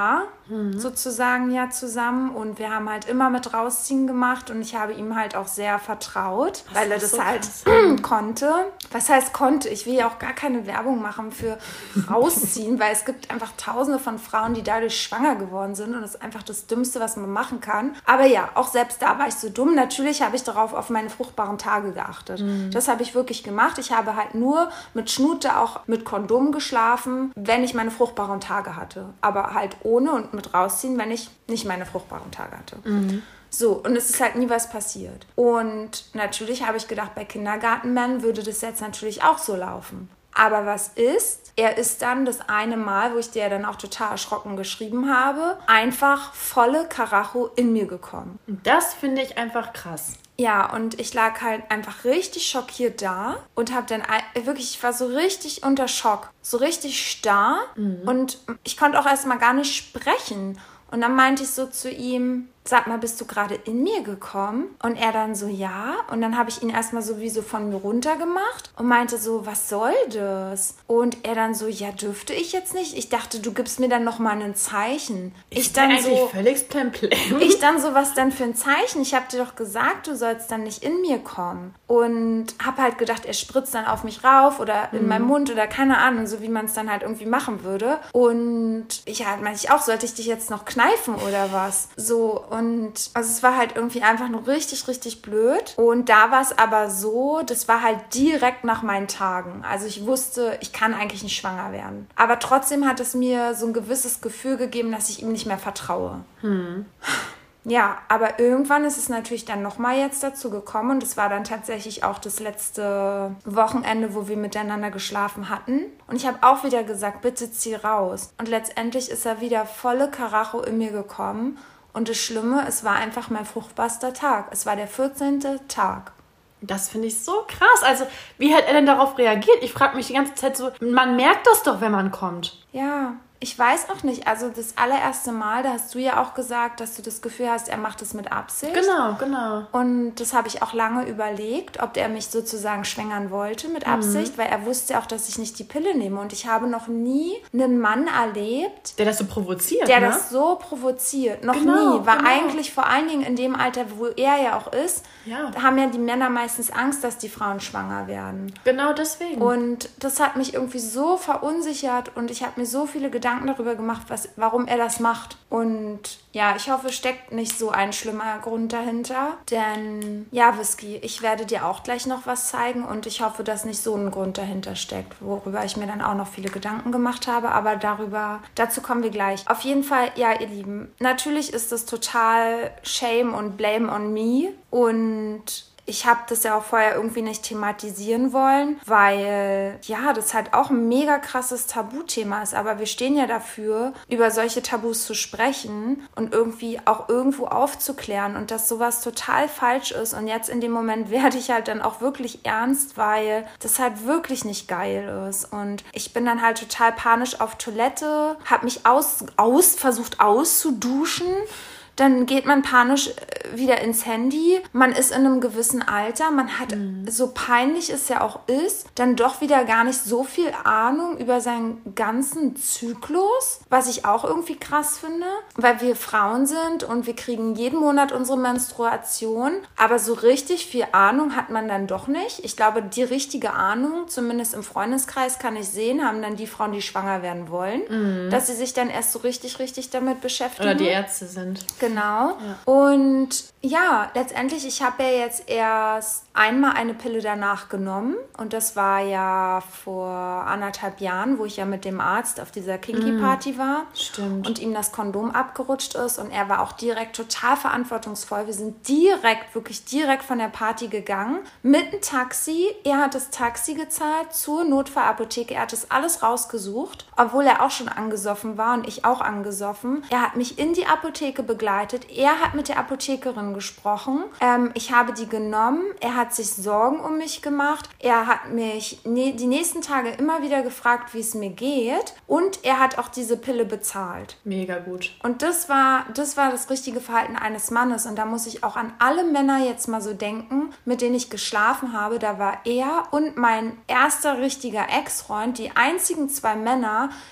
sozusagen ja zusammen und wir haben halt immer mit rausziehen gemacht und ich habe ihm halt auch sehr vertraut, weil er das so halt konnte. Was heißt konnte? Ich will ja auch gar keine Werbung machen für rausziehen, weil es gibt einfach tausende von Frauen, die dadurch schwanger geworden sind und das ist einfach das Dümmste, was man machen kann. Aber ja, auch selbst da war ich so dumm. Natürlich habe ich darauf auf meine fruchtbaren Tage geachtet. Das habe ich wirklich gemacht. Ich habe halt nur mit Schnute auch mit Kondom geschlafen, wenn ich meine fruchtbaren Tage hatte. Aber halt ohne und mit rausziehen, wenn ich nicht meine fruchtbaren Tage hatte. So, und es ist halt nie was passiert. Und natürlich habe ich gedacht, bei Kindergartenmännern würde das jetzt natürlich auch so laufen. Aber was ist? Er ist dann das eine Mal, wo ich dir dann auch total erschrocken geschrieben habe, einfach volle Karacho in mir gekommen. Das finde ich einfach krass. Ja, und ich lag halt einfach richtig schockiert da und habe dann wirklich, ich war so richtig unter Schock, so richtig starr und ich konnte auch erstmal gar nicht sprechen. Und dann meinte ich so zu ihm, sag mal, bist du gerade in mir gekommen? Und er dann so, ja. Und dann habe ich ihn erstmal sowieso von mir runter gemacht und meinte so, was soll das? Und er dann so, ja, dürfte ich jetzt nicht? Ich dachte, du gibst mir dann nochmal ein Zeichen. Ich dann eigentlich so, völlig plemplem. Ich dann so, was denn für ein Zeichen? Ich habe dir doch gesagt, du sollst dann nicht in mir kommen. Und habe halt gedacht, er spritzt dann auf mich rauf oder in meinen Mund oder keine Ahnung, so wie man es dann halt irgendwie machen würde. Und ich halt meinte ich auch, sollte ich dich jetzt noch kneifen oder was? So. Und also es war halt irgendwie einfach nur richtig, richtig blöd. Und da war es aber so, das war halt direkt nach meinen Tagen. Also ich wusste, ich kann eigentlich nicht schwanger werden. Aber trotzdem hat es mir so ein gewisses Gefühl gegeben, dass ich ihm nicht mehr vertraue. Ja, aber irgendwann ist es natürlich dann nochmal jetzt dazu gekommen und es war dann tatsächlich auch das letzte Wochenende, wo wir miteinander geschlafen hatten. Und ich habe auch wieder gesagt, bitte zieh raus. Und letztendlich ist er wieder volle Karacho in mir gekommen. Und das Schlimme, es war einfach mein fruchtbarster Tag. Es war der 14. Tag. Das finde ich so krass. Also, wie hat er denn darauf reagiert? Ich frage mich die ganze Zeit so, man merkt das doch, wenn man kommt. Ja, ich weiß auch nicht. Also das allererste Mal, da hast du ja auch gesagt, dass du das Gefühl hast, er macht es mit Absicht. Genau. Und das habe ich auch lange überlegt, ob er mich sozusagen schwängern wollte mit Absicht, weil er wusste auch, dass ich nicht die Pille nehme. Und ich habe noch nie einen Mann erlebt, der das so provoziert, das so provoziert. Noch nie. Weil eigentlich vor allen Dingen in dem Alter, wo er ja auch ist, haben ja die Männer meistens Angst, dass die Frauen schwanger werden. Genau deswegen. Und das hat mich irgendwie so verunsichert und ich habe mir so viele Gedanken darüber gemacht, warum er das macht. Und ja, ich hoffe, es steckt nicht so ein schlimmer Grund dahinter. Denn, ja, Whisky, ich werde dir auch gleich noch was zeigen und ich hoffe, dass nicht so ein Grund dahinter steckt, worüber ich mir dann auch noch viele Gedanken gemacht habe. Aber dazu kommen wir gleich. Auf jeden Fall, ja, ihr Lieben, natürlich ist das total Shame und Blame on me und ich habe das ja auch vorher irgendwie nicht thematisieren wollen, weil ja, das halt auch ein mega krasses Tabuthema ist. Aber wir stehen ja dafür, über solche Tabus zu sprechen und irgendwie auch irgendwo aufzuklären und dass sowas total falsch ist. Und jetzt in dem Moment werde ich halt dann auch wirklich ernst, weil das halt wirklich nicht geil ist. Und ich bin dann halt total panisch auf Toilette, habe mich versucht auszuduschen. Dann geht man panisch wieder ins Handy. Man ist in einem gewissen Alter. Man hat, so peinlich es ja auch ist, dann doch wieder gar nicht so viel Ahnung über seinen ganzen Zyklus, was ich auch irgendwie krass finde, weil wir Frauen sind und wir kriegen jeden Monat unsere Menstruation. Aber so richtig viel Ahnung hat man dann doch nicht. Ich glaube, die richtige Ahnung, zumindest im Freundeskreis kann ich sehen, haben dann die Frauen, die schwanger werden wollen, dass sie sich dann erst so richtig damit beschäftigen. Oder die Ärzte sind. Genau. Ja. Und ja, letztendlich, ich habe ja jetzt erst einmal eine Pille danach genommen und das war ja vor 1,5 Jahren, wo ich ja mit dem Arzt auf dieser Kinky-Party war. Stimmt. Und ihm das Kondom abgerutscht ist und er war auch direkt total verantwortungsvoll. Wir sind wirklich direkt von der Party gegangen mit einem Taxi. Er hat das Taxi gezahlt zur Notfallapotheke. Er hat das alles rausgesucht, obwohl er auch schon angesoffen war und ich auch angesoffen. Er hat mich in die Apotheke begleitet. Er hat mit der Apothekerin gesprochen. Ich habe die genommen. Er hat sich Sorgen um mich gemacht. Er hat mich die nächsten Tage immer wieder gefragt, wie es mir geht. Und er hat auch diese Pille bezahlt. Mega gut. Und das war das richtige Verhalten eines Mannes. Und da muss ich auch an alle Männer jetzt mal so denken, mit denen ich geschlafen habe. Da war er und mein erster richtiger Ex-Freund, die einzigen 2 Männer,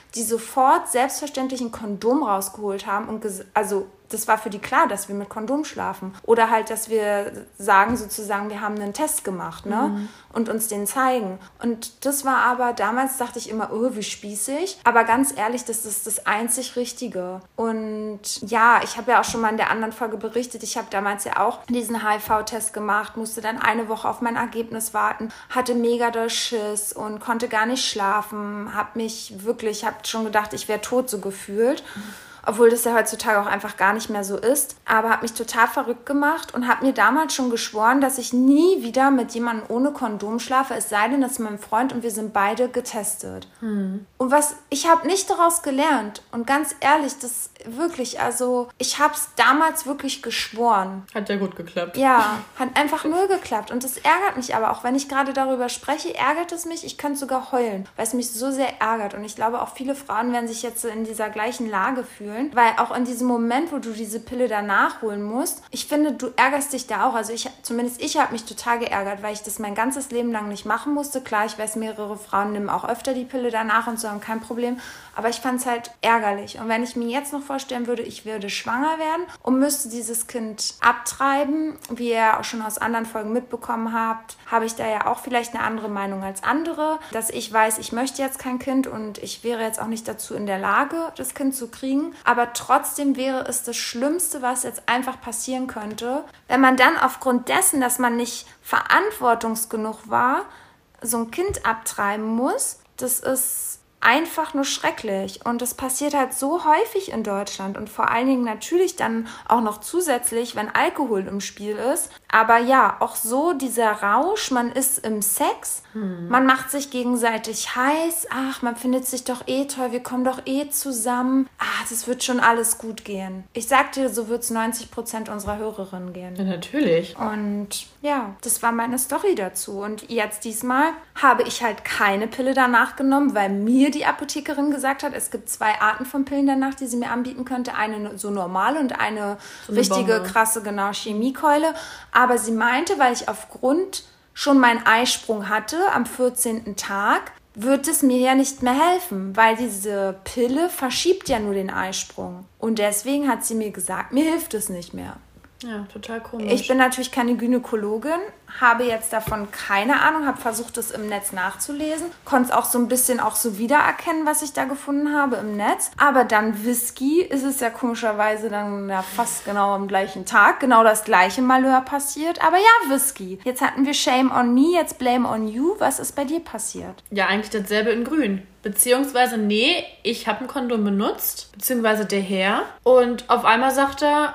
die sofort selbstverständlich ein Kondom rausgeholt haben und das war für die klar, dass wir mit Kondom schlafen. Oder halt, dass wir sagen sozusagen, wir haben einen Test gemacht, ne? Und uns den zeigen. Und das war aber, damals dachte ich immer, oh, wie spießig. Aber ganz ehrlich, das ist das einzig Richtige. Und ja, ich habe ja auch schon mal in der anderen Folge berichtet, ich habe damals ja auch diesen HIV-Test gemacht, musste dann eine Woche auf mein Ergebnis warten, hatte mega doll Schiss und konnte gar nicht schlafen, habe schon gedacht, ich wäre tot so gefühlt. Obwohl das ja heutzutage auch einfach gar nicht mehr so ist. Aber habe mich total verrückt gemacht und habe mir damals schon geschworen, dass ich nie wieder mit jemandem ohne Kondom schlafe, es sei denn, das ist mein Freund und wir sind beide getestet. Und ich habe nicht daraus gelernt. Und ganz ehrlich, das wirklich, also ich habe es damals wirklich geschworen. Hat ja gut geklappt. Ja, hat einfach null geklappt. Und das ärgert mich aber auch, wenn ich gerade darüber spreche, ärgert es mich. Ich könnte sogar heulen, weil es mich so sehr ärgert. Und ich glaube, auch viele Frauen werden sich jetzt in dieser gleichen Lage fühlen. Weil auch in diesem Moment, wo du diese Pille da nachholen musst, ich finde, du ärgerst dich da auch. Also ich habe mich total geärgert, weil ich das mein ganzes Leben lang nicht machen musste. Klar, ich weiß, mehrere Frauen nehmen auch öfter die Pille danach und so, haben kein Problem. Aber ich fand es halt ärgerlich. Und wenn ich mir jetzt noch vorstellen würde, ich würde schwanger werden und müsste dieses Kind abtreiben, wie ihr auch schon aus anderen Folgen mitbekommen habt, habe ich da ja auch vielleicht eine andere Meinung als andere. Dass ich weiß, ich möchte jetzt kein Kind und ich wäre jetzt auch nicht dazu in der Lage, das Kind zu kriegen. Aber trotzdem wäre es das Schlimmste, was jetzt einfach passieren könnte, wenn man dann aufgrund dessen, dass man nicht verantwortungsgenug war, so ein Kind abtreiben muss. Das ist einfach nur schrecklich. Und das passiert halt so häufig in Deutschland und vor allen Dingen natürlich dann auch noch zusätzlich, wenn Alkohol im Spiel ist. Aber ja, auch so dieser Rausch, man ist im Sex, man macht sich gegenseitig heiß, ach, man findet sich doch eh toll, wir kommen doch eh zusammen, das wird schon alles gut gehen. Ich sag dir, so wird es 90% unserer Hörerinnen gehen. Ja, natürlich. Und ja, das war meine Story dazu. Und jetzt diesmal habe ich halt keine Pille danach genommen, weil mir die Apothekerin gesagt hat, es gibt 2 Arten von Pillen danach, die sie mir anbieten könnte. Eine so normale und eine so eine richtige, Bombe. krasse, genau, Chemiekeule. Aber sie meinte, weil ich aufgrund schon meinen Eisprung hatte am 14. Tag, wird es mir ja nicht mehr helfen, weil diese Pille verschiebt ja nur den Eisprung. Und deswegen hat sie mir gesagt, mir hilft es nicht mehr. Ja, total komisch. Ich bin natürlich keine Gynäkologin, habe jetzt davon keine Ahnung, habe versucht, das im Netz nachzulesen, konnte es auch so ein bisschen auch so wiedererkennen, was ich da gefunden habe im Netz. Aber dann Whisky ist es ja komischerweise dann ja fast genau am gleichen Tag, genau das gleiche Malheur passiert. Aber ja, Whisky. Jetzt hatten wir Shame on me, jetzt Blame on you. Was ist bei dir passiert? Ja, eigentlich dasselbe in grün. Beziehungsweise, nee, ich habe ein Kondom benutzt, beziehungsweise der Herr. Und auf einmal sagt er,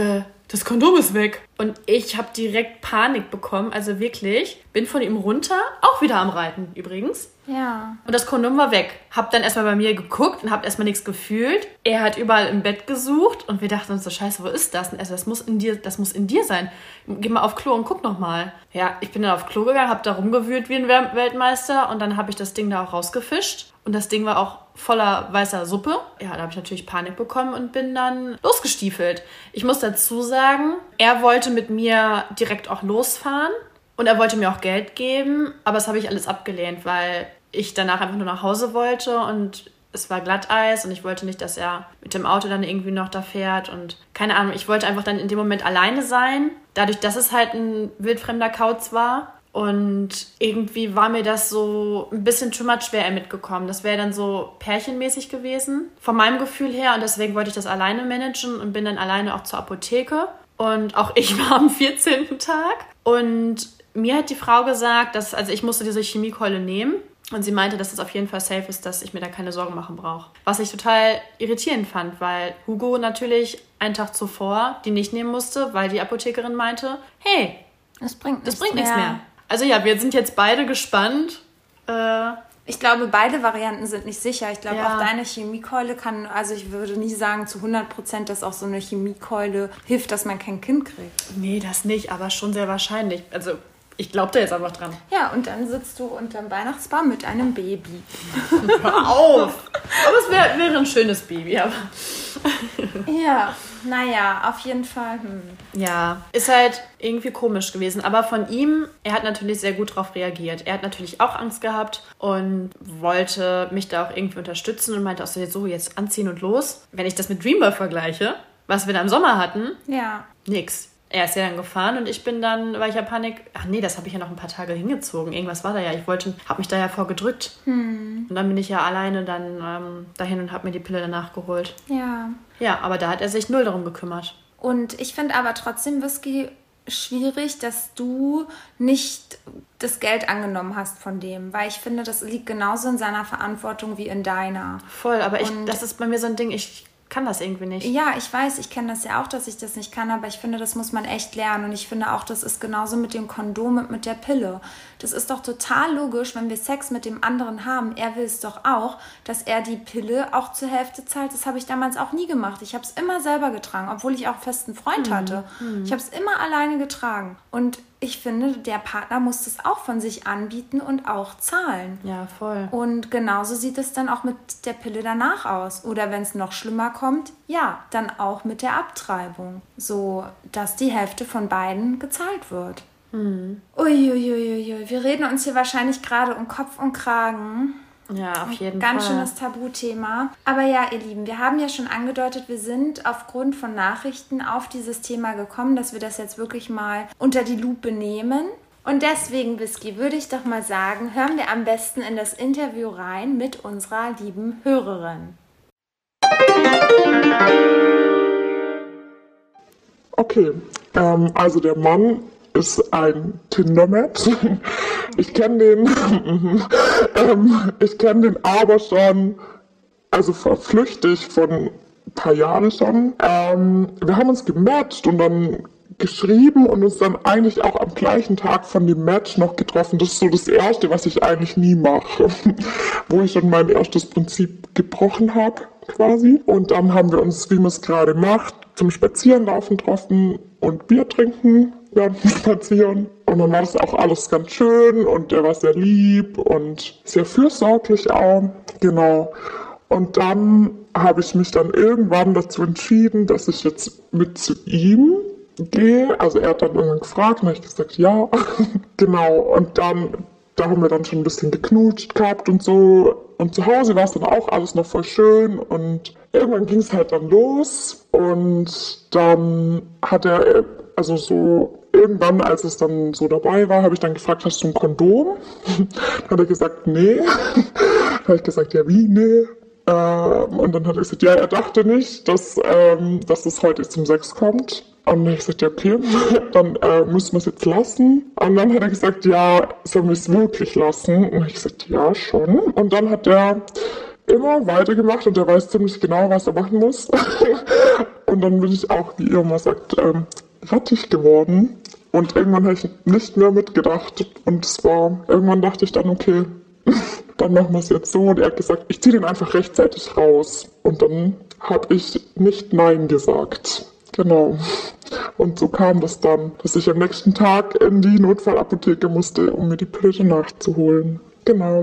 das Kondom ist weg. Und ich habe direkt Panik bekommen, also wirklich. Bin von ihm runter, auch wieder am Reiten übrigens. Ja. Und das Kondom war weg. Hab dann erstmal bei mir geguckt und hab erstmal nichts gefühlt. Er hat überall im Bett gesucht und wir dachten uns so, scheiße, wo ist das? Und er so, das muss in dir sein. Geh mal auf Klo und guck noch mal. Ja, ich bin dann auf Klo gegangen, hab da rumgewühlt wie ein Weltmeister und dann habe ich das Ding da auch rausgefischt. Und das Ding war auch voller weißer Suppe. Ja, da habe ich natürlich Panik bekommen und bin dann losgestiefelt. Ich muss dazu sagen, er wollte mit mir direkt auch losfahren und er wollte mir auch Geld geben, aber das habe ich alles abgelehnt, weil ich danach einfach nur nach Hause wollte und es war Glatteis und ich wollte nicht, dass er mit dem Auto dann irgendwie noch da fährt und keine Ahnung, ich wollte einfach dann in dem Moment alleine sein, dadurch, dass es halt ein wildfremder Kauz war. Und irgendwie war mir das so ein bisschen too much, wäre er mitgekommen. Das wäre dann so pärchenmäßig gewesen, von meinem Gefühl her. Und deswegen wollte ich das alleine managen und bin dann alleine auch zur Apotheke. Und auch ich war am 14. Tag. Und mir hat die Frau gesagt, also ich musste diese Chemiekeule nehmen. Und sie meinte, dass es auf jeden Fall safe ist, dass ich mir da keine Sorgen machen brauche. Was ich total irritierend fand, weil Hugo natürlich einen Tag zuvor die nicht nehmen musste, weil die Apothekerin meinte, hey, das bringt nichts mehr. Also ja, wir sind jetzt beide gespannt. Ich glaube, beide Varianten sind nicht sicher. Ich glaube, Ja. auch deine Chemiekeule kann, also ich würde nicht sagen zu 100%, dass auch so eine Chemiekeule hilft, dass man kein Kind kriegt. Nee, das nicht, aber schon sehr wahrscheinlich. Also Ich glaube da jetzt einfach dran. Ja, und dann sitzt du unterm Weihnachtsbaum mit einem Baby. Hör auf! Aber es wäre ein schönes Baby, aber... Ja, naja, auf jeden Fall. Ja, ist halt irgendwie komisch gewesen. Aber von ihm, er hat natürlich sehr gut darauf reagiert. Er hat natürlich auch Angst gehabt und wollte mich da auch irgendwie unterstützen und meinte auch so, jetzt anziehen und los. Wenn ich das mit Dreamboy vergleiche, was wir da im Sommer hatten, Ja. nix. Er ist ja dann gefahren und ich bin dann, weil ich ja Panik... Ach nee, das habe ich ja noch ein paar Tage hingezogen. Irgendwas war da ja. Habe mich da ja vorgedrückt. Und dann bin ich ja alleine dann dahin und habe mir die Pille danach geholt. Ja. Ja, aber da hat er sich null darum gekümmert. Und ich finde aber trotzdem, Whisky, schwierig, dass du nicht das Geld angenommen hast von dem. Weil ich finde, das liegt genauso in seiner Verantwortung wie in deiner. Voll, aber Und- das ist bei mir so ein Ding, ich kann das irgendwie nicht. Ja, ich weiß, ich kenne das ja auch, dass ich das nicht kann, aber ich finde, das muss man echt lernen. Und ich finde auch, das ist genauso mit dem Kondom und mit der Pille. Das ist doch total logisch, wenn wir Sex mit dem anderen haben. Er will es doch auch, dass er die Pille auch zur Hälfte zahlt. Das habe ich damals auch nie gemacht. Ich habe es immer selber getragen, obwohl ich auch einen festen Freund hatte. Ich habe es immer alleine getragen. Und ich finde, der Partner muss das auch von sich anbieten und auch zahlen. Ja, voll. Und genauso sieht es dann auch mit der Pille danach aus. Oder wenn es noch schlimmer kommt, ja, dann auch mit der Abtreibung. So, dass die Hälfte von beiden gezahlt wird. Uiuiuiui, wir reden uns hier wahrscheinlich gerade um Kopf und Kragen. Ja, auf jeden Fall. Ganz schönes Tabuthema. Aber ja, ihr Lieben, wir haben ja schon angedeutet, wir sind aufgrund von Nachrichten auf dieses Thema gekommen, dass wir das jetzt wirklich mal unter die Lupe nehmen. Und deswegen, Whisky, würde ich doch mal sagen, hören wir am besten in das Interview rein mit unserer lieben Hörerin. Okay, also der Mann ist ein Tinder-Match. Ich kenne den aber schon, also flüchtig von ein paar Jahren schon. Wir haben uns gematcht und dann geschrieben und uns dann eigentlich auch am gleichen Tag von dem Match noch getroffen. Das ist so das Erste, was ich eigentlich nie mache, wo ich schon mein erstes Prinzip gebrochen habe, quasi. Und dann haben wir uns, wie man es gerade macht, zum Spazierenlaufen getroffen und Bier trinken während dem Spazieren. Und dann war das auch alles ganz schön und er war sehr lieb und sehr fürsorglich auch. Genau. Und dann habe ich mich dann irgendwann dazu entschieden, dass ich jetzt mit zu ihm gehe. Also er hat dann irgendwann gefragt und habe ich gesagt, ja. Genau. Und dann, da haben wir dann schon ein bisschen geknutscht gehabt und so. Und zu Hause war es dann auch alles noch voll schön. Und irgendwann ging es halt dann los. Und dann hat er, also so irgendwann, als es dann so dabei war, habe ich dann gefragt, hast du ein Kondom? Dann hat er gesagt, nee. Dann habe ich gesagt, ja wie, nee. Und dann hat er gesagt, ja, er dachte nicht, dass es heute zum Sex kommt. Und dann habe ich gesagt, ja, okay, dann müssen wir es jetzt lassen. Und dann hat er gesagt, ja, sollen wir es wirklich lassen? Und dann habe ich gesagt, ja, schon. Und dann hat er immer weitergemacht und er weiß ziemlich genau, was er machen muss. Und dann bin ich auch, wie ihr immer sagt, rattig geworden. Und irgendwann habe ich nicht mehr mitgedacht. Und irgendwann dachte ich dann, okay, dann machen wir es jetzt so. Und er hat gesagt, ich ziehe den einfach rechtzeitig raus. Und dann habe ich nicht Nein gesagt. Genau. Und so kam das dann, dass ich am nächsten Tag in die Notfallapotheke musste, um mir die Pille nachzuholen. Genau.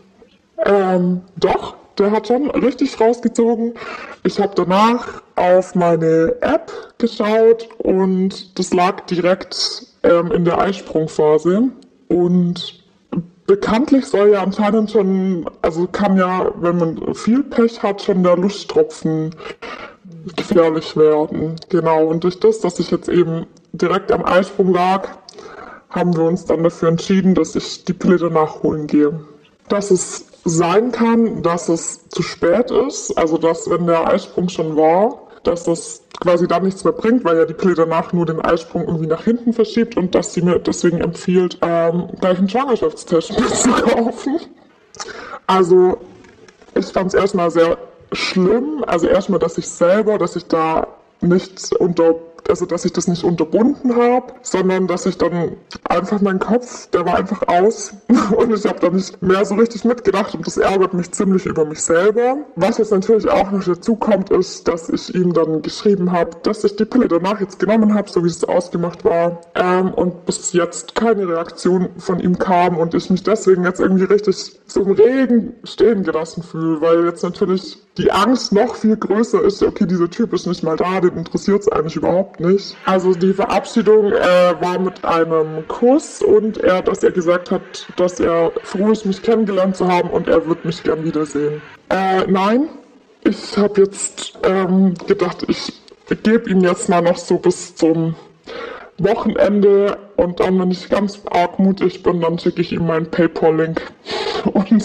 Doch, der hat schon richtig rausgezogen. Ich habe danach auf meine App geschaut und das lag direkt in der Eisprungphase. Und bekanntlich soll ja anscheinend schon, also kann ja, wenn man viel Pech hat, schon der Lusttropfen gefährlich werden. Genau, und durch das, dass ich jetzt eben direkt am Eisprung lag, haben wir uns dann dafür entschieden, dass ich die Pille danach holen gehe. Dass es sein kann, dass es zu spät ist, also dass, wenn der Eisprung schon war, dass das quasi dann nichts mehr bringt, weil ja die Pille danach nur den Eisprung irgendwie nach hinten verschiebt und dass sie mir deswegen empfiehlt, gleich einen Schwangerschaftstest zu kaufen. Also ich fand es erstmal sehr schlimm, also erstmal, dass ich da nicht unter also dass ich das nicht unterbunden habe, sondern dass ich dann einfach mein Kopf, der war einfach aus und ich habe da nicht mehr so richtig mitgedacht und das ärgert mich ziemlich über mich selber. Was jetzt natürlich auch noch dazu kommt, ist, dass ich ihm dann geschrieben habe, dass ich die Pille danach jetzt genommen habe, so wie es ausgemacht war, und bis jetzt keine Reaktion von ihm kam und ich mich deswegen jetzt irgendwie richtig so im Regen stehen gelassen fühle, weil jetzt natürlich die Angst noch viel größer ist, okay, dieser Typ ist nicht mal da, den interessiert es eigentlich überhaupt nicht. Also die Verabschiedung war mit einem Kuss und dass er gesagt hat, dass er froh ist, mich kennengelernt zu haben und er wird mich gern wiedersehen. Nein, ich habe jetzt gedacht, ich gebe ihm jetzt mal noch so bis zum Wochenende und dann, wenn ich ganz arg mutig bin, dann schicke ich ihm meinen PayPal-Link und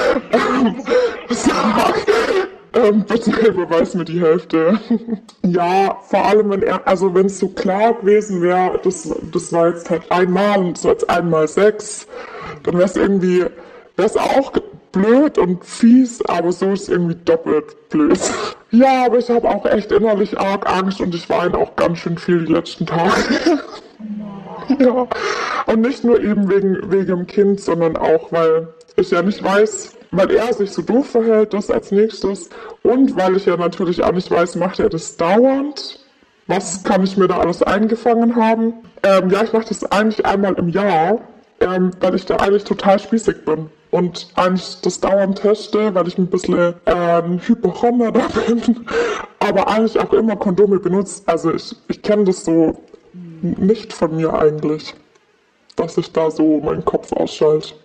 sag, bitte überweis mir die Hälfte. Ja, vor allem, wenn es so klar gewesen wäre, das war jetzt halt einmal und das war jetzt einmal 6, dann wäre es auch blöd und fies, aber so ist irgendwie doppelt blöd. Ja, aber ich habe auch echt innerlich arg Angst und ich weine auch ganz schön viel die letzten Tage. Ja, und nicht nur eben wegen dem Kind, sondern auch, weil ich ja nicht weiß, weil er sich so doof verhält, das als nächstes. Und weil ich ja natürlich auch nicht weiß, macht er das dauernd? Was kann ich mir da alles eingefangen haben? Ja, ich mache das eigentlich einmal im Jahr, weil ich da eigentlich total spießig bin. Und eigentlich das dauernd teste, weil ich ein bisschen Hypochonder da bin. Aber eigentlich auch immer Kondome benutze. Also ich kenne das so nicht von mir eigentlich, dass ich da so meinen Kopf ausschalte.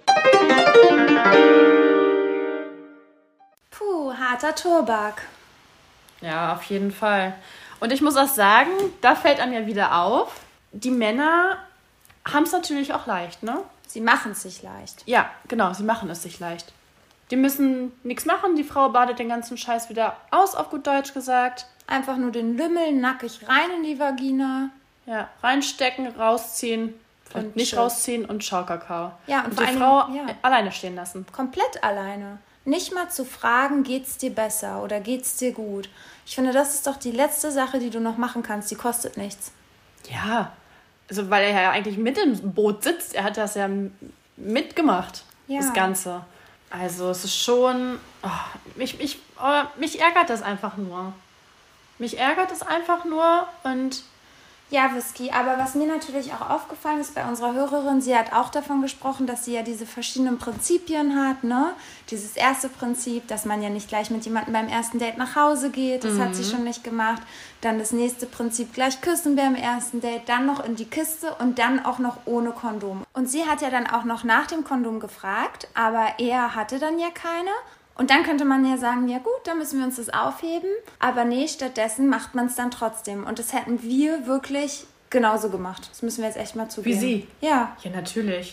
Puh, harter Tobak. Ja, auf jeden Fall. Und ich muss auch sagen, da fällt einem ja wieder auf, die Männer haben es natürlich auch leicht, ne? Sie machen es sich leicht. Ja, genau, sie machen es sich leicht. Die müssen nichts machen, die Frau badet den ganzen Scheiß wieder aus, auf gut Deutsch gesagt. Einfach nur den Lümmel nackig rein in die Vagina. Ja, reinstecken, rausziehen, und nicht tschüss. rausziehen und Schaukakao. Ja, und die vor allen Frau Dingen, ja. alleine stehen lassen. Komplett alleine. Nicht mal zu fragen, geht's dir besser oder geht's dir gut. Ich finde, das ist doch die letzte Sache, die du noch machen kannst. Die kostet nichts. Ja, also weil er ja eigentlich mit im Boot sitzt. Er hat das ja mitgemacht, Ja. das Ganze. Also es ist schon... mich ärgert das einfach nur. Mich ärgert es einfach nur und... Ja, Whisky, aber was mir natürlich auch aufgefallen ist bei unserer Hörerin, sie hat auch davon gesprochen, dass sie ja diese verschiedenen Prinzipien hat, ne? Dieses erste Prinzip, dass man ja nicht gleich mit jemandem beim ersten Date nach Hause geht, das hat sie schon nicht gemacht. Dann das nächste Prinzip, gleich küssen beim ersten Date, dann noch in die Kiste und dann auch noch ohne Kondom. Und sie hat ja dann auch noch nach dem Kondom gefragt, aber er hatte dann ja keine. Und dann könnte man ja sagen, ja gut, dann müssen wir uns das aufheben. Aber nee, stattdessen macht man es dann trotzdem. Und das hätten wir wirklich genauso gemacht. Das müssen wir jetzt echt mal zugeben. Wie sie? Ja. Ja, natürlich.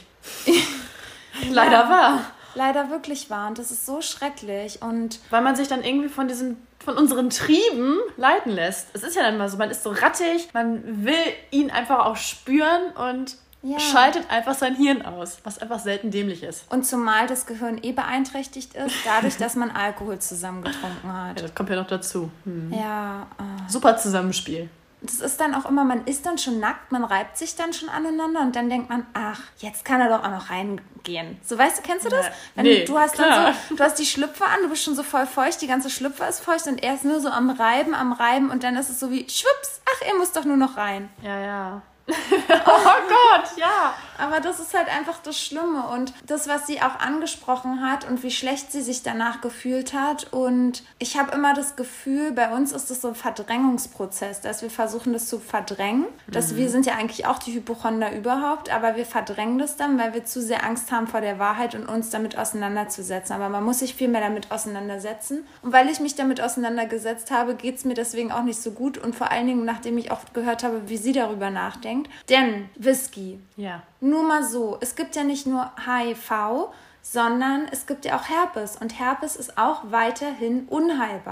Leider wahr. Leider wirklich wahr. Und das ist so schrecklich. Und Weil man sich dann irgendwie von unseren Trieben leiten lässt. Es ist ja dann mal so, man ist so rattig, man will ihn einfach auch spüren und schaltet einfach sein Hirn aus, was einfach selten dämlich ist. Und zumal das Gehirn beeinträchtigt ist, dadurch, dass man Alkohol zusammengetrunken hat. Ja, das kommt ja noch dazu. Ja. Super Zusammenspiel. Das ist dann auch immer, man ist dann schon nackt, man reibt sich dann schon aneinander und dann denkt man, ach, jetzt kann er doch auch noch reingehen. So, weißt du, kennst du das? Du hast dann so, du hast die Schlüpfer an, du bist schon so voll feucht, die ganze Schlüpfer ist feucht und er ist nur so am Reiben und dann ist es so wie, schwupps, ach, er muss doch nur noch rein. Ja. Oh Gott, ja. Aber das ist halt einfach das Schlimme und das, was sie auch angesprochen hat und wie schlecht sie sich danach gefühlt hat. Und ich habe immer das Gefühl, bei uns ist das so ein Verdrängungsprozess, dass wir versuchen, das zu verdrängen. Wir sind ja eigentlich auch die Hypochonder überhaupt, aber wir verdrängen das dann, weil wir zu sehr Angst haben vor der Wahrheit und uns damit auseinanderzusetzen. Aber man muss sich viel mehr damit auseinandersetzen. Und weil ich mich damit auseinandergesetzt habe, geht es mir deswegen auch nicht so gut. Und vor allen Dingen, nachdem ich auch gehört habe, wie sie darüber nachdenkt. Denn Whisky, nur mal so, es gibt ja nicht nur HIV, sondern es gibt ja auch Herpes. Und Herpes ist auch weiterhin unheilbar.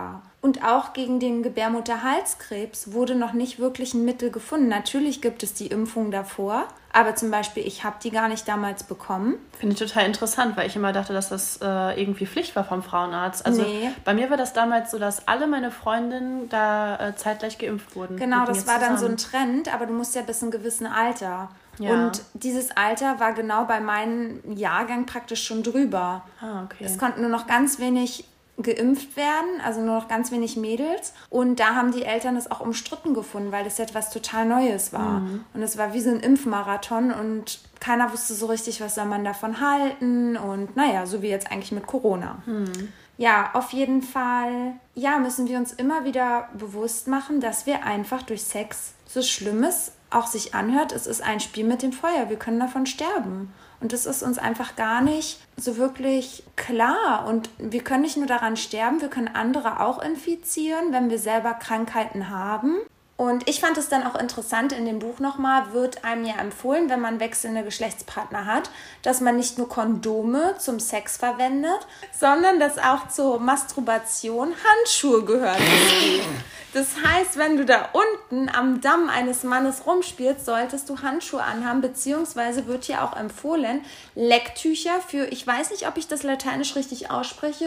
Und auch gegen den Gebärmutterhalskrebs wurde noch nicht wirklich ein Mittel gefunden. Natürlich gibt es die Impfung davor, aber zum Beispiel ich habe die gar nicht damals bekommen. Finde ich total interessant, weil ich immer dachte, dass das irgendwie Pflicht war vom Frauenarzt. Also bei mir war das damals so, dass alle meine Freundinnen da zeitgleich geimpft wurden. Genau, das war dann so ein Trend, aber du musst ja bis ein gewissen Alter. Ja. Und dieses Alter war genau bei meinem Jahrgang praktisch schon drüber. Okay. Es konnten nur noch ganz wenig geimpft werden, also nur noch ganz wenig Mädels. Und da haben die Eltern es auch umstritten gefunden, weil das etwas total Neues war. Und es war wie so ein Impfmarathon und keiner wusste so richtig, was soll man davon halten. Und naja, so wie jetzt eigentlich mit Corona. Ja, auf jeden Fall, müssen wir uns immer wieder bewusst machen, dass wir einfach durch Sex, so Schlimmes auch sich anhört, es ist ein Spiel mit dem Feuer. Wir können davon sterben. Und das ist uns einfach gar nicht so wirklich klar. Und wir können nicht nur daran sterben, wir können andere auch infizieren, wenn wir selber Krankheiten haben. Und ich fand es dann auch interessant, in dem Buch nochmal wird einem ja empfohlen, wenn man wechselnde Geschlechtspartner hat, dass man nicht nur Kondome zum Sex verwendet, sondern dass auch zur Masturbation Handschuhe gehören. Das heißt, wenn du da unten am Damm eines Mannes rumspielst, solltest du Handschuhe anhaben, beziehungsweise wird hier auch empfohlen, Lecktücher für, ich weiß nicht, ob ich das lateinisch richtig ausspreche,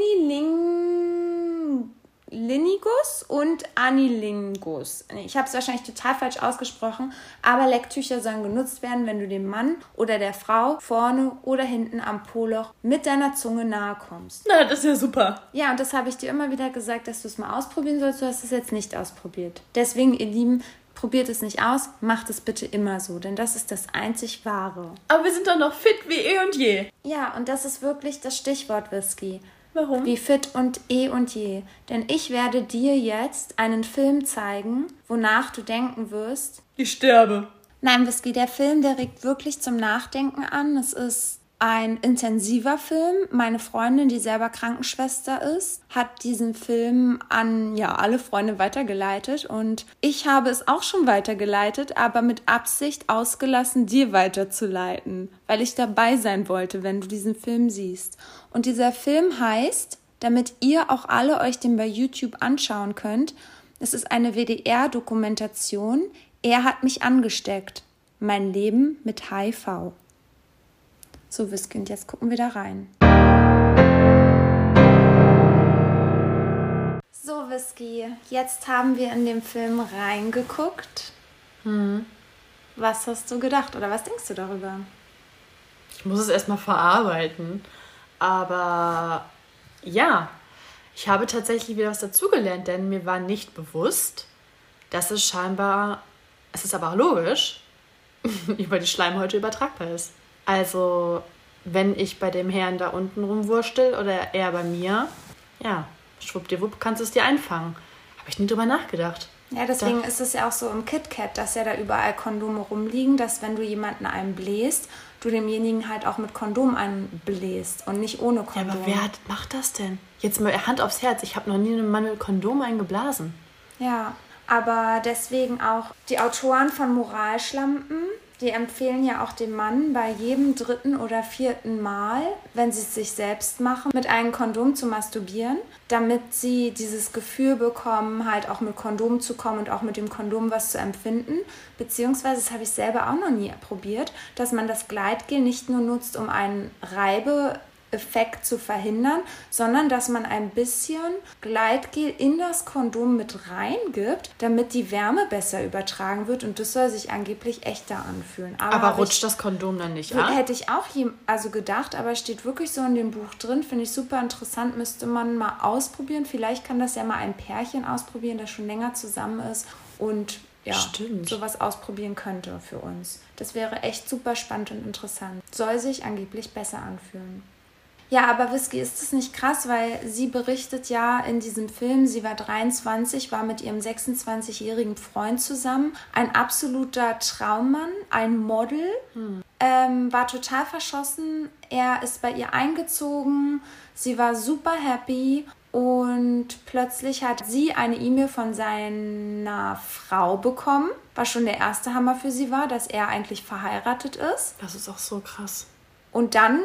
Cunnilingus und Anilingus. Ich habe es wahrscheinlich total falsch ausgesprochen, aber Lecktücher sollen genutzt werden, wenn du dem Mann oder der Frau vorne oder hinten am Po-Loch mit deiner Zunge nahe kommst. Na, das ist ja super. Ja, und das habe ich dir immer wieder gesagt, dass du es mal ausprobieren sollst. Du hast es jetzt nicht ausprobiert. Deswegen, ihr Lieben, probiert es nicht aus, macht es bitte immer so, denn das ist das einzig Wahre. Aber wir sind doch noch fit wie eh und je. Ja, und das ist wirklich das Stichwort Whisky. Warum? Wie fit und eh und je. Denn ich werde dir jetzt einen Film zeigen, wonach du denken wirst. Ich sterbe. Nein, Whisky, der Film, der regt wirklich zum Nachdenken an. Es ist ein intensiver Film. Meine Freundin, die selber Krankenschwester ist, hat diesen Film an alle Freunde weitergeleitet. Und ich habe es auch schon weitergeleitet, aber mit Absicht ausgelassen, dir weiterzuleiten, weil ich dabei sein wollte, wenn du diesen Film siehst. Und dieser Film heißt, damit ihr auch alle euch den bei YouTube anschauen könnt, es ist eine WDR-Dokumentation, Er hat mich angesteckt. Mein Leben mit HIV. So, Whisky, und jetzt gucken wir da rein. So, Whisky, jetzt haben wir in den Film reingeguckt. Was hast du gedacht oder was denkst du darüber? Ich muss es erstmal verarbeiten. Aber ja, ich habe tatsächlich wieder was dazugelernt, denn mir war nicht bewusst, dass es scheinbar, es ist aber auch logisch, über die Schleimhäute übertragbar ist. Also, wenn ich bei dem Herrn da unten rumwurstel oder er bei mir, schwuppdiwupp kannst du es dir einfangen. Habe ich nie drüber nachgedacht. Ja, deswegen ist es ja auch so im KitKat, dass ja da überall Kondome rumliegen, dass wenn du jemanden einbläst, du demjenigen halt auch mit Kondom einbläst und nicht ohne Kondom. Ja, aber wer macht das denn? Jetzt mal Hand aufs Herz, ich habe noch nie einem Mann mit Kondom eingeblasen. Ja, aber deswegen auch die Autoren von Moralschlampen, die empfehlen ja auch dem Mann bei jedem 3. oder 4. Mal, wenn sie es sich selbst machen, mit einem Kondom zu masturbieren, damit sie dieses Gefühl bekommen, halt auch mit Kondom zu kommen und auch mit dem Kondom was zu empfinden. Beziehungsweise, das habe ich selber auch noch nie probiert, dass man das Gleitgel nicht nur nutzt, um einen Reibeeffekt zu verhindern, sondern dass man ein bisschen Gleitgel in das Kondom mit reingibt, damit die Wärme besser übertragen wird und das soll sich angeblich echter anfühlen. Aber rutscht das Kondom dann nicht ab? Hätte ich auch gedacht, aber steht wirklich so in dem Buch drin, finde ich super interessant, müsste man mal ausprobieren. Vielleicht kann das ja mal ein Pärchen ausprobieren, das schon länger zusammen ist und sowas ausprobieren könnte für uns. Das wäre echt super spannend und interessant. Soll sich angeblich besser anfühlen. Ja, aber Whisky, ist das nicht krass, weil sie berichtet ja in diesem Film, sie war 23, war mit ihrem 26-jährigen Freund zusammen, ein absoluter Traummann, ein Model, war total verschossen, er ist bei ihr eingezogen, sie war super happy und plötzlich hat sie eine E-Mail von seiner Frau bekommen, was schon der erste Hammer für sie war, dass er eigentlich verheiratet ist. Das ist auch so krass. Und dann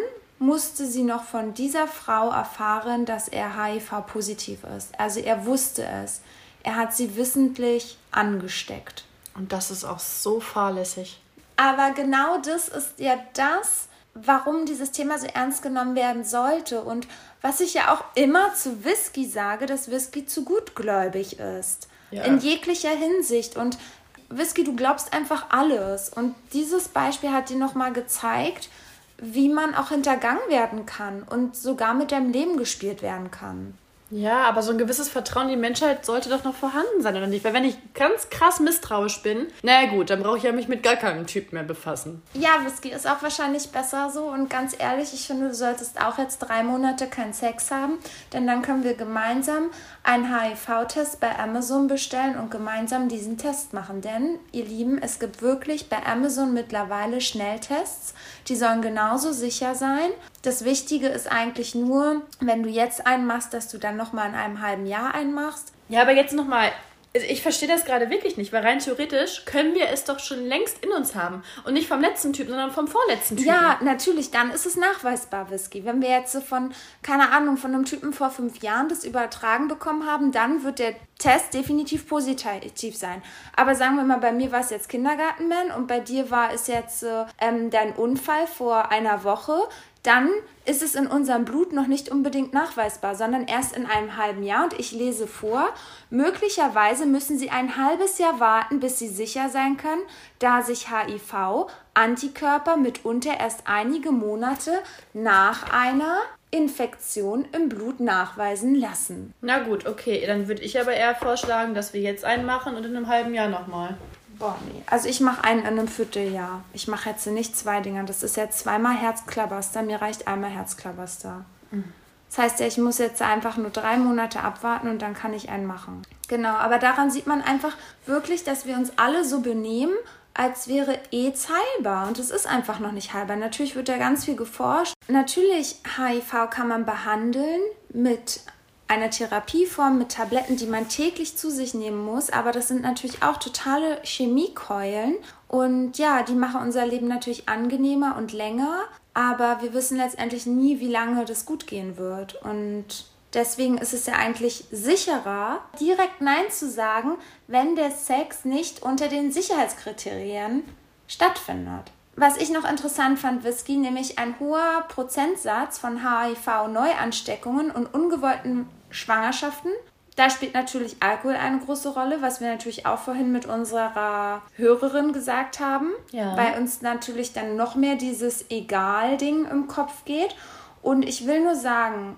musste sie noch von dieser Frau erfahren, dass er HIV-positiv ist. Also er wusste es. Er hat sie wissentlich angesteckt. Und das ist auch so fahrlässig. Aber genau das ist ja das, warum dieses Thema so ernst genommen werden sollte. Und was ich ja auch immer zu Whisky sage, dass Whisky zu gutgläubig ist. Ja. In jeglicher Hinsicht. Und Whisky, du glaubst einfach alles. Und dieses Beispiel hat dir nochmal gezeigt, wie man auch hintergangen werden kann und sogar mit deinem Leben gespielt werden kann. Ja, aber so ein gewisses Vertrauen in die Menschheit sollte doch noch vorhanden sein, oder nicht? Weil wenn ich ganz krass misstrauisch bin, na gut, dann brauche ich ja mich mit gar keinem Typ mehr befassen. Ja, Whisky ist auch wahrscheinlich besser so. Und ganz ehrlich, ich finde, du solltest auch jetzt 3 Monate keinen Sex haben. Denn dann können wir gemeinsam einen HIV-Test bei Amazon bestellen und gemeinsam diesen Test machen. Denn, ihr Lieben, es gibt wirklich bei Amazon mittlerweile Schnelltests. Die sollen genauso sicher sein. Das Wichtige ist eigentlich nur, wenn du jetzt einen machst, dass du dann nochmal in einem halben Jahr einen machst. Ja, aber jetzt nochmal, ich verstehe das gerade wirklich nicht, weil rein theoretisch können wir es doch schon längst in uns haben. Und nicht vom letzten Typ, sondern vom vorletzten Typen. Ja, natürlich, dann ist es nachweisbar, Whisky. Wenn wir jetzt so von, keine Ahnung, von einem Typen vor 5 Jahren das übertragen bekommen haben, dann wird der Test definitiv positiv sein. Aber sagen wir mal, bei mir war es jetzt Kindergartenman und bei dir war es jetzt dein Unfall vor einer Woche. Dann ist es in unserem Blut noch nicht unbedingt nachweisbar, sondern erst in einem halben Jahr. Und ich lese vor, möglicherweise müssen Sie ein halbes Jahr warten, bis Sie sicher sein können, da sich HIV-Antikörper mitunter erst einige Monate nach einer Infektion im Blut nachweisen lassen. Na gut, okay, dann würde ich aber eher vorschlagen, dass wir jetzt einen machen und in einem halben Jahr nochmal. Boah, nee. Also ich mache einen in einem Vierteljahr. Ich mache jetzt nicht 2 Dinger. Das ist ja 2-mal Herzklabaster. Mir reicht einmal Herzklabaster. Das heißt ja, ich muss jetzt einfach nur 3 Monate abwarten und dann kann ich einen machen. Genau, aber daran sieht man einfach wirklich, dass wir uns alle so benehmen, als wäre AIDS heilbar. Und es ist einfach noch nicht heilbar. Natürlich wird da ganz viel geforscht. Natürlich, HIV kann man behandeln mit einer Therapieform, mit Tabletten, die man täglich zu sich nehmen muss. Aber das sind natürlich auch totale Chemiekeulen. Und ja, die machen unser Leben natürlich angenehmer und länger. Aber wir wissen letztendlich nie, wie lange das gut gehen wird. Und deswegen ist es ja eigentlich sicherer, direkt Nein zu sagen, wenn der Sex nicht unter den Sicherheitskriterien stattfindet. Was ich noch interessant fand, Whisky, nämlich ein hoher Prozentsatz von HIV-Neuansteckungen und ungewollten Schwangerschaften. Da spielt natürlich Alkohol eine große Rolle, was wir natürlich auch vorhin mit unserer Hörerin gesagt haben, weil uns natürlich dann noch mehr dieses Egal-Ding im Kopf geht. Und ich will nur sagen,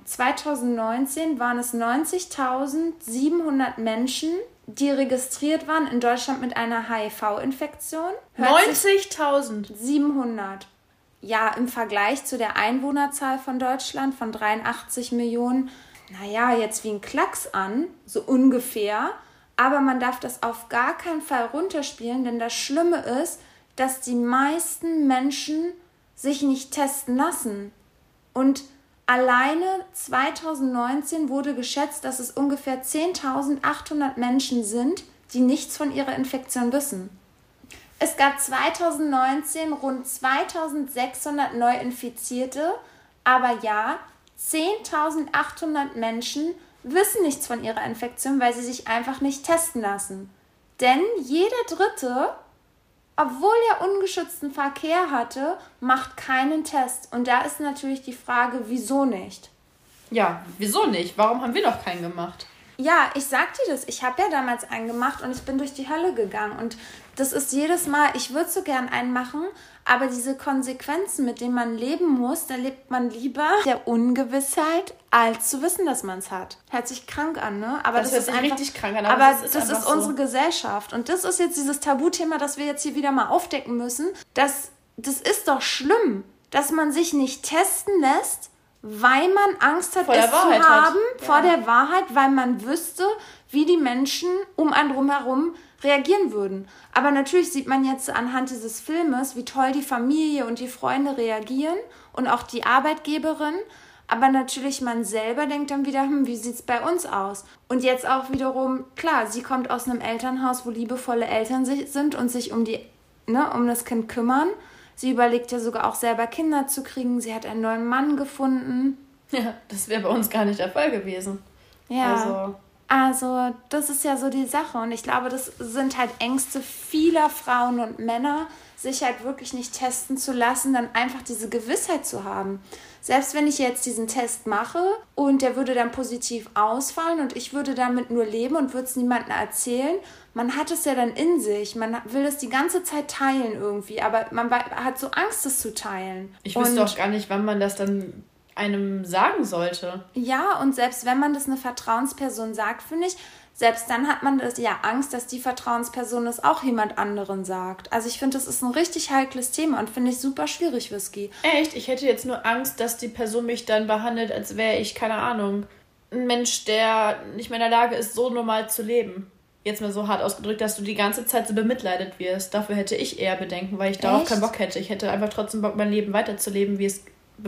2019 waren es 90.700 Menschen, die registriert waren in Deutschland mit einer HIV-Infektion. 90.000? 700. Ja, im Vergleich zu der Einwohnerzahl von Deutschland von 83 Millionen, naja, jetzt wie ein Klacks an, so ungefähr. Aber man darf das auf gar keinen Fall runterspielen, denn das Schlimme ist, dass die meisten Menschen sich nicht testen lassen. Und alleine 2019 wurde geschätzt, dass es ungefähr 10.800 Menschen sind, die nichts von ihrer Infektion wissen. Es gab 2019 rund 2.600 Neuinfizierte, aber ja, 10.800 Menschen wissen nichts von ihrer Infektion, weil sie sich einfach nicht testen lassen. Denn jeder Dritte, obwohl er ungeschützten Verkehr hatte, macht keinen Test. Und da ist natürlich die Frage, wieso nicht? Ja, wieso nicht? Warum haben wir noch keinen gemacht? Ja, ich sag dir das. Ich habe ja damals einen gemacht und ich bin durch die Hölle gegangen. Und das ist jedes Mal, ich würde so gern einen machen, aber diese Konsequenzen, mit denen man leben muss, da lebt man lieber der Ungewissheit, als zu wissen, dass man es hat. Hört sich krank an, ne? Aber das hört sich einfach richtig krank an. Aber das ist unsere Gesellschaft. Und das ist jetzt dieses Tabuthema, das wir jetzt hier wieder mal aufdecken müssen. Das ist doch schlimm, dass man sich nicht testen lässt, weil man Angst hat, es zu haben vor der Wahrheit, weil man wüsste, wie die Menschen um einen drumherum reagieren würden. Aber natürlich sieht man jetzt anhand dieses Filmes, wie toll die Familie und die Freunde reagieren und auch die Arbeitgeberin. Aber natürlich man selber denkt dann wieder, wie sieht es bei uns aus? Und jetzt auch wiederum, klar, sie kommt aus einem Elternhaus, wo liebevolle Eltern sind und sich um das Kind kümmern. Sie überlegt ja sogar auch selber Kinder zu kriegen. Sie hat einen neuen Mann gefunden. Ja, das wäre bei uns gar nicht der Fall gewesen. Ja, also das ist ja so die Sache. Und ich glaube, das sind halt Ängste vieler Frauen und Männer, sich halt wirklich nicht testen zu lassen, dann einfach diese Gewissheit zu haben. Selbst wenn ich jetzt diesen Test mache und der würde dann positiv ausfallen und ich würde damit nur leben und würde es niemandem erzählen, man hat es ja dann in sich, man will es die ganze Zeit teilen irgendwie, aber man hat so Angst, es zu teilen. Ich wüsste auch gar nicht, wann man das dann einem sagen sollte. Ja, und selbst wenn man das einer Vertrauensperson sagt, finde ich, selbst dann hat man das ja Angst, dass die Vertrauensperson es auch jemand anderen sagt. Also ich finde, das ist ein richtig heikles Thema und finde ich super schwierig, Whisky. Echt? Ich hätte jetzt nur Angst, dass die Person mich dann behandelt, als wäre ich, keine Ahnung, ein Mensch, der nicht mehr in der Lage ist, so normal zu leben. Jetzt mal so hart ausgedrückt, dass du die ganze Zeit so bemitleidet wirst. Dafür hätte ich eher Bedenken, weil ich darauf keinen Bock hätte. Ich hätte einfach trotzdem Bock, mein Leben weiterzuleben, wie es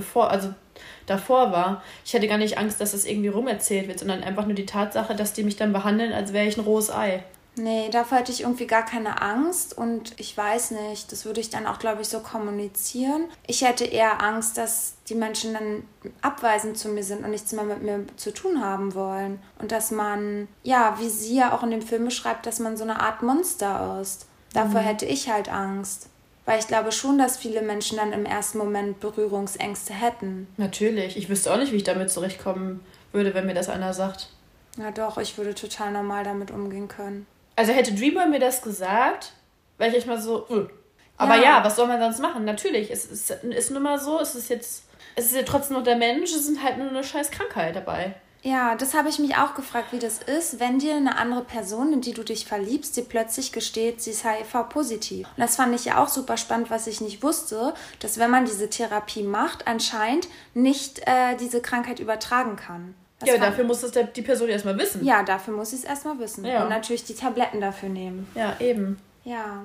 davor war. Ich hätte gar nicht Angst, dass das irgendwie rumerzählt wird, sondern einfach nur die Tatsache, dass die mich dann behandeln, als wäre ich ein rohes Ei. Nee, dafür hätte ich irgendwie gar keine Angst und ich weiß nicht, das würde ich dann auch, glaube ich, so kommunizieren. Ich hätte eher Angst, dass die Menschen dann abweisend zu mir sind und nichts mehr mit mir zu tun haben wollen. Und dass man, ja, wie sie ja auch in dem Film beschreibt, dass man so eine Art Monster ist. Davor hätte ich halt Angst. Weil ich glaube schon, dass viele Menschen dann im ersten Moment Berührungsängste hätten. Natürlich. Ich wüsste auch nicht, wie ich damit zurechtkommen würde, wenn mir das einer sagt. Ja doch, ich würde total normal damit umgehen können. Also hätte Dreamboy mir das gesagt, wäre ich echt mal so, Aber ja, was soll man sonst machen? Natürlich, es ist nun mal so, es ist ja trotzdem nur der Mensch, es ist halt nur eine scheiß Krankheit dabei. Ja, das habe ich mich auch gefragt, wie das ist, wenn dir eine andere Person, in die du dich verliebst, dir plötzlich gesteht, sie ist HIV-positiv. Und das fand ich ja auch super spannend, was ich nicht wusste, dass wenn man diese Therapie macht, anscheinend nicht diese Krankheit übertragen kann. Ja, aber dafür muss es die Person erstmal wissen. Ja, dafür muss sie es erstmal wissen. Ja. Und natürlich die Tabletten dafür nehmen. Ja, eben. Ja.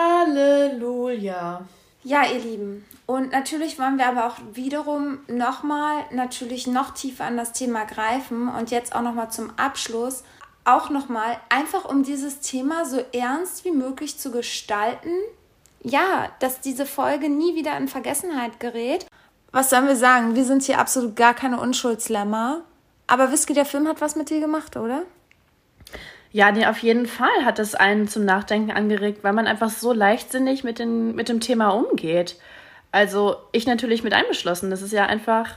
Halleluja. Ja, ihr Lieben. Und natürlich wollen wir aber auch wiederum natürlich noch tiefer an das Thema greifen und jetzt auch nochmal zum Abschluss auch nochmal einfach um dieses Thema so ernst wie möglich zu gestalten. Ja, dass diese Folge nie wieder in Vergessenheit gerät. Was sollen wir sagen? Wir sind hier absolut gar keine Unschuldslämmer. Aber Whisky, der Film hat was mit dir gemacht, oder? Ja, nee, auf jeden Fall hat es einen zum Nachdenken angeregt, weil man einfach so leichtsinnig mit dem Thema umgeht. Also ich natürlich mit einbeschlossen. Das ist ja einfach...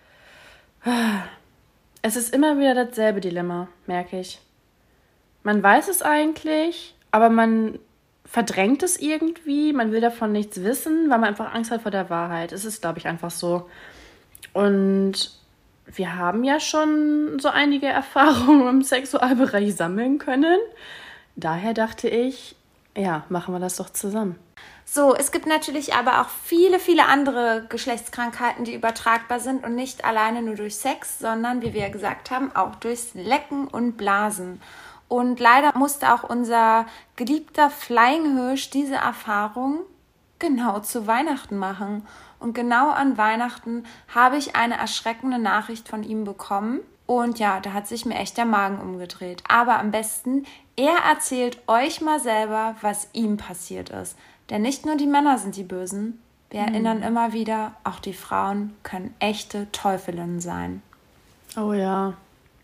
Es ist immer wieder dasselbe Dilemma, merke ich. Man weiß es eigentlich, aber man verdrängt es irgendwie. Man will davon nichts wissen, weil man einfach Angst hat vor der Wahrheit. Es ist, glaube ich, einfach so. Und wir haben ja schon so einige Erfahrungen im Sexualbereich sammeln können. Daher dachte ich, ja, machen wir das doch zusammen. So, es gibt natürlich aber auch viele, viele andere Geschlechtskrankheiten, die übertragbar sind und nicht alleine nur durch Sex, sondern, wie wir ja gesagt haben, auch durchs Lecken und Blasen. Und leider musste auch unser geliebter Flying Hirsch diese Erfahrung genau zu Weihnachten machen. Und genau an Weihnachten habe ich eine erschreckende Nachricht von ihm bekommen. Und ja, da hat sich mir echt der Magen umgedreht. Aber am besten, er erzählt euch mal selber, was ihm passiert ist. Denn nicht nur die Männer sind die Bösen. Wir erinnern immer wieder, auch die Frauen können echte Teufelinnen sein. Oh ja.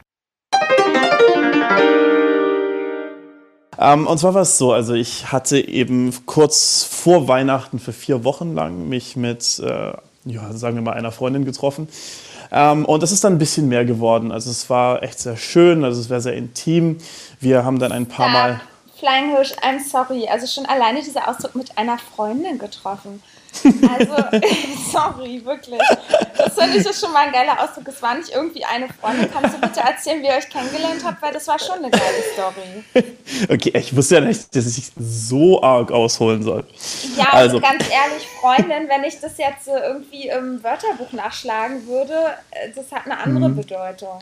Und zwar war es so, also ich hatte eben kurz vor Weihnachten für 4 Wochen lang mich mit, sagen wir mal, einer Freundin getroffen. Und es ist dann ein bisschen mehr geworden. Also es war echt sehr schön, also es war sehr intim. Wir haben dann ein paar Mal... Flying Hirsch, I'm sorry. Also schon alleine dieser Ausdruck mit einer Freundin getroffen. Also, sorry, wirklich. Das finde ich ist schon mal ein geiler Ausdruck. Es war nicht irgendwie eine Freundin. Kannst du bitte erzählen, wie ihr euch kennengelernt habt? Weil das war schon eine geile Story. Okay, ich wusste ja nicht, dass ich so arg ausholen soll. Ja, also ganz ehrlich, Freundin, wenn ich das jetzt irgendwie im Wörterbuch nachschlagen würde, das hat eine andere Bedeutung.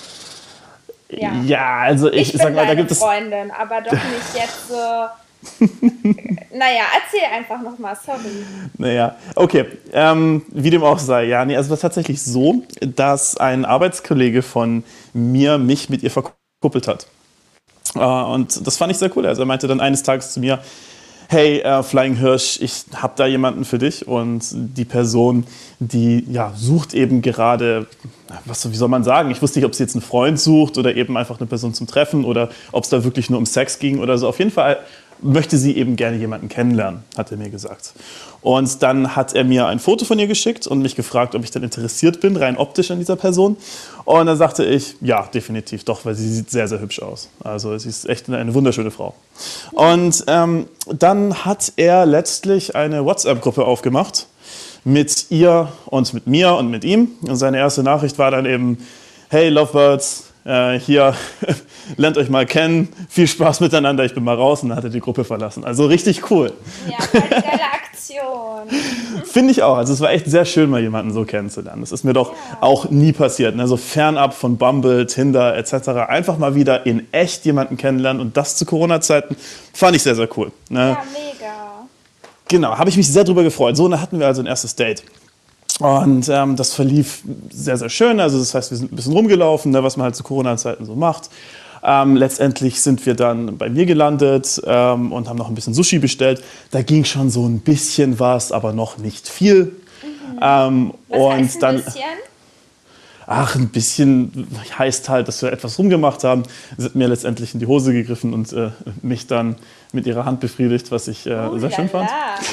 Ja, also ich sag mal, da gibt es... Freundin, aber doch nicht jetzt so... Naja, erzähl einfach nochmal, sorry. Naja, okay, wie dem auch sei. Ja, nee, also es war tatsächlich so, dass ein Arbeitskollege von mir mich mit ihr verkuppelt hat. Und das fand ich sehr cool. Also er meinte dann eines Tages zu mir, hey, Flying Hirsch, ich habe da jemanden für dich. Und die Person, die sucht eben gerade, wie soll man sagen, ich wusste nicht, ob sie jetzt einen Freund sucht oder eben einfach eine Person zum Treffen oder ob es da wirklich nur um Sex ging oder so. Auf jeden Fall möchte sie eben gerne jemanden kennenlernen, hat er mir gesagt. Und dann hat er mir ein Foto von ihr geschickt und mich gefragt, ob ich dann interessiert bin, rein optisch an dieser Person. Und dann sagte ich, ja, definitiv doch, weil sie sieht sehr, sehr hübsch aus. Also sie ist echt eine wunderschöne Frau. Und dann hat er letztlich eine WhatsApp-Gruppe aufgemacht mit ihr und mit mir und mit ihm. Und seine erste Nachricht war dann eben, hey Lovebirds, hier, lernt euch mal kennen, viel Spaß miteinander, ich bin mal raus. Und dann hat er die Gruppe verlassen. Also richtig cool. Ja, voll die geile Aktion. Finde ich auch. Also es war echt sehr schön, mal jemanden so kennenzulernen. Das ist mir doch auch nie passiert. Ne? So fernab von Bumble, Tinder etc. Einfach mal wieder in echt jemanden kennenlernen. Und das zu Corona-Zeiten fand ich sehr, sehr cool. Ne? Ja, mega. Genau, habe ich mich sehr drüber gefreut. So, dann hatten wir also ein erstes Date. Und das verlief sehr, sehr schön. Also das heißt, wir sind ein bisschen rumgelaufen, ne, was man halt zu Corona-Zeiten so macht. Letztendlich sind wir dann bei mir gelandet und haben noch ein bisschen Sushi bestellt. Da ging schon so ein bisschen was, aber noch nicht viel. Was und heißt ein dann, bisschen? ach, ein bisschen heißt halt, dass wir etwas rumgemacht haben. Sie hat mir letztendlich in die Hose gegriffen und mich dann mit ihrer Hand befriedigt, was ich sehr schön fand.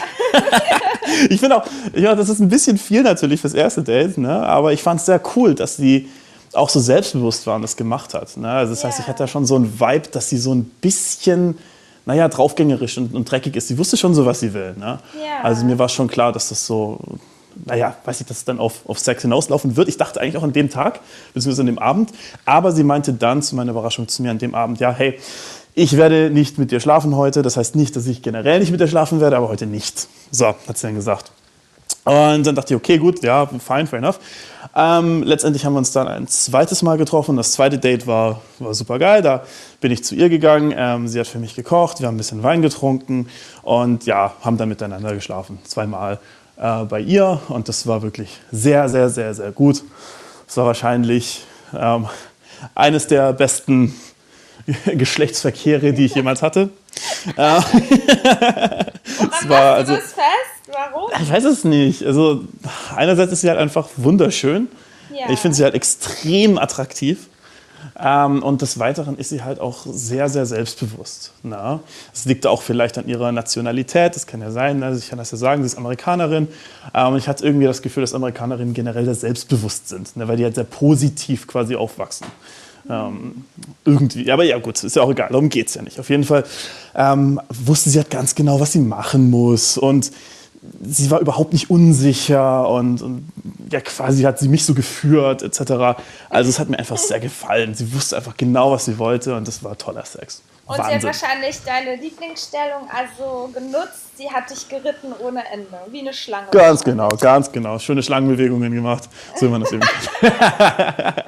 Ich finde auch, ja, das ist ein bisschen viel natürlich fürs erste Date, ne? Aber ich fand es sehr cool, dass sie auch so selbstbewusst war und das gemacht hat. Ne? Also das heißt, ich hatte da schon so einen Vibe, dass sie so ein bisschen, draufgängerisch und dreckig ist. Sie wusste schon so, was sie will. Ne? Ja. Also mir war schon klar, dass das so, weiß ich, dass es dann auf Sex hinauslaufen wird. Ich dachte eigentlich auch an dem Tag, beziehungsweise an dem Abend. Aber sie meinte dann zu meiner Überraschung zu mir an dem Abend, ja, hey, ich werde nicht mit dir schlafen heute. Das heißt nicht, dass ich generell nicht mit dir schlafen werde, aber heute nicht. So, hat sie dann gesagt. Und dann dachte ich, okay, gut, ja, fine, fair enough. Letztendlich haben wir uns dann ein zweites Mal getroffen. Das zweite Date war super geil. Da bin ich zu ihr gegangen. Sie hat für mich gekocht. Wir haben ein bisschen Wein getrunken und haben dann miteinander geschlafen. 2 Mal bei ihr. Und das war wirklich sehr, sehr, sehr, sehr gut. Es war wahrscheinlich eines der besten Geschlechtsverkehre, die ich jemals hatte. Woran machst du das fest? Warum? Ich weiß es nicht. Also einerseits ist sie halt einfach wunderschön. Ja. Ich finde sie halt extrem attraktiv. Und des Weiteren ist sie halt auch sehr, sehr selbstbewusst. Na? Das liegt auch vielleicht an ihrer Nationalität, das kann ja sein. Also ich kann das ja sagen, sie ist Amerikanerin. Und ich hatte irgendwie das Gefühl, dass Amerikanerinnen generell sehr selbstbewusst sind, ne? Weil die halt sehr positiv quasi aufwachsen. Irgendwie, aber ja gut, ist ja auch egal, darum geht es ja nicht. Auf jeden Fall wusste sie halt ganz genau, was sie machen muss und sie war überhaupt nicht unsicher und quasi hat sie mich so geführt etc. Also es hat mir einfach sehr gefallen. Sie wusste einfach genau, was sie wollte und das war toller Sex. Und Wahnsinn. sie hat wahrscheinlich deine Lieblingsstellung also genutzt. Sie hat dich geritten ohne Ende, wie eine Schlange. Ganz genau. Schöne Schlangenbewegungen gemacht, so wie man das eben kennt.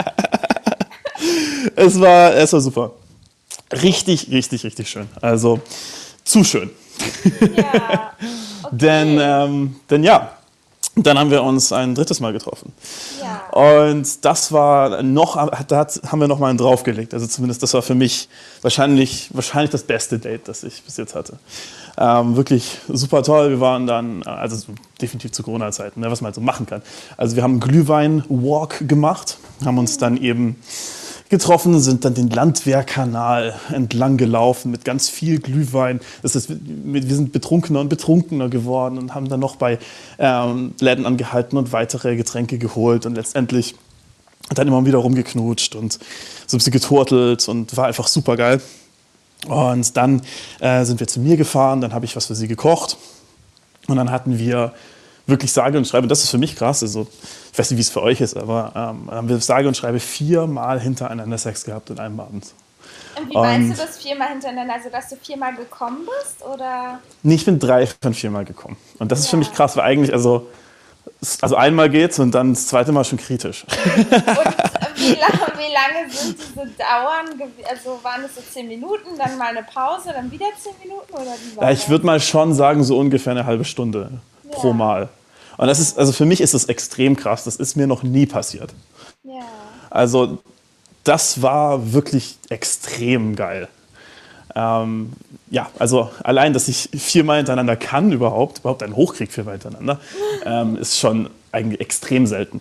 Es war super. Richtig schön. Also zu schön. Ja. Okay. Denn dann haben wir uns ein drittes Mal getroffen. Ja. Und das war da haben wir noch mal einen draufgelegt. Also zumindest das war für mich wahrscheinlich das beste Date, das ich bis jetzt hatte. Wirklich super toll. Wir waren dann, also so definitiv zu Corona-Zeiten, ne, was man halt so machen kann. Also wir haben einen Glühwein-Walk gemacht, haben uns dann eben getroffen, sind dann den Landwehrkanal entlang gelaufen mit ganz viel Glühwein. Das heißt, wir sind betrunkener und betrunkener geworden und haben dann noch bei Läden angehalten und weitere Getränke geholt und letztendlich dann immer wieder rumgeknutscht und so ein bisschen geturtelt und war einfach super geil. Und dann sind wir zu mir gefahren, dann habe ich was für sie gekocht und dann hatten wir wirklich sage und schreibe, das ist für mich krass, also ich weiß nicht, wie es für euch ist, aber haben wir sage und schreibe 4 Mal hintereinander Sex gehabt in einem Abend. Und wie meinst du das 4 Mal hintereinander? Also, dass du 4 Mal gekommen bist, oder? Nee, ich bin 3 von 4 Mal gekommen. Und das ist für mich krass, weil eigentlich, also einmal geht's und dann das zweite Mal schon kritisch. Und wie lange sind diese Dauern? Also waren es so 10 Minuten, dann mal eine Pause, dann wieder 10 Minuten? Oder wie war ich würde mal schon sagen, so ungefähr eine halbe Stunde pro Mal. Und das ist, also für mich ist das extrem krass. Das ist mir noch nie passiert. Ja. Also das war wirklich extrem geil. Ja, also allein, dass ich 4-mal hintereinander kann überhaupt einen hochkrieg 4-mal hintereinander, ist schon eigentlich extrem selten.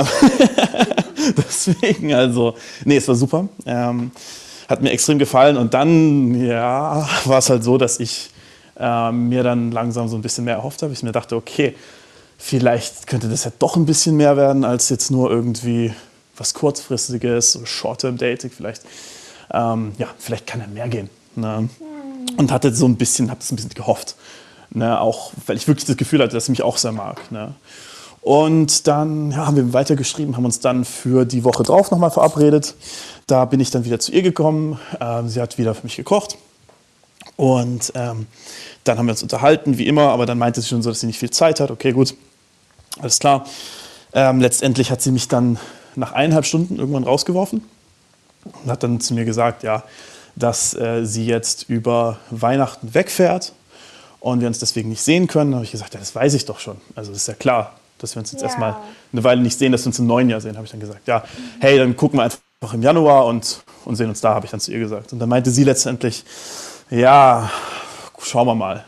Deswegen, also, nee, es war super. Hat mir extrem gefallen und dann, ja, war es halt so, dass ich mir dann langsam so ein bisschen mehr erhofft habe. Ich mir dachte, okay, vielleicht könnte das ja doch ein bisschen mehr werden als jetzt nur irgendwie was Kurzfristiges, so Short-Term-Dating vielleicht. Ja, vielleicht kann ja mehr gehen. Ne? Und hatte so ein bisschen, habe das ein bisschen gehofft. Ne? Auch, weil ich wirklich das Gefühl hatte, dass sie mich auch sehr mag. Ne? Und dann haben wir weitergeschrieben, haben uns dann für die Woche drauf nochmal verabredet. Da bin ich dann wieder zu ihr gekommen. Sie hat wieder für mich gekocht. Und dann haben wir uns unterhalten, wie immer. Aber dann meinte sie schon so, dass sie nicht viel Zeit hat. Okay, gut, alles klar. Letztendlich hat sie mich dann nach 1,5 Stunden irgendwann rausgeworfen. Und hat dann zu mir gesagt, ja, dass sie jetzt über Weihnachten wegfährt und wir uns deswegen nicht sehen können. Da habe ich gesagt, ja, das weiß ich doch schon. Also das ist ja klar, dass wir uns jetzt erstmal eine Weile nicht sehen, dass wir uns im neuen Jahr sehen. Habe ich dann gesagt, ja, hey, dann gucken wir einfach im Januar und sehen uns da, habe ich dann zu ihr gesagt. Und dann meinte sie letztendlich, ja, schauen wir mal.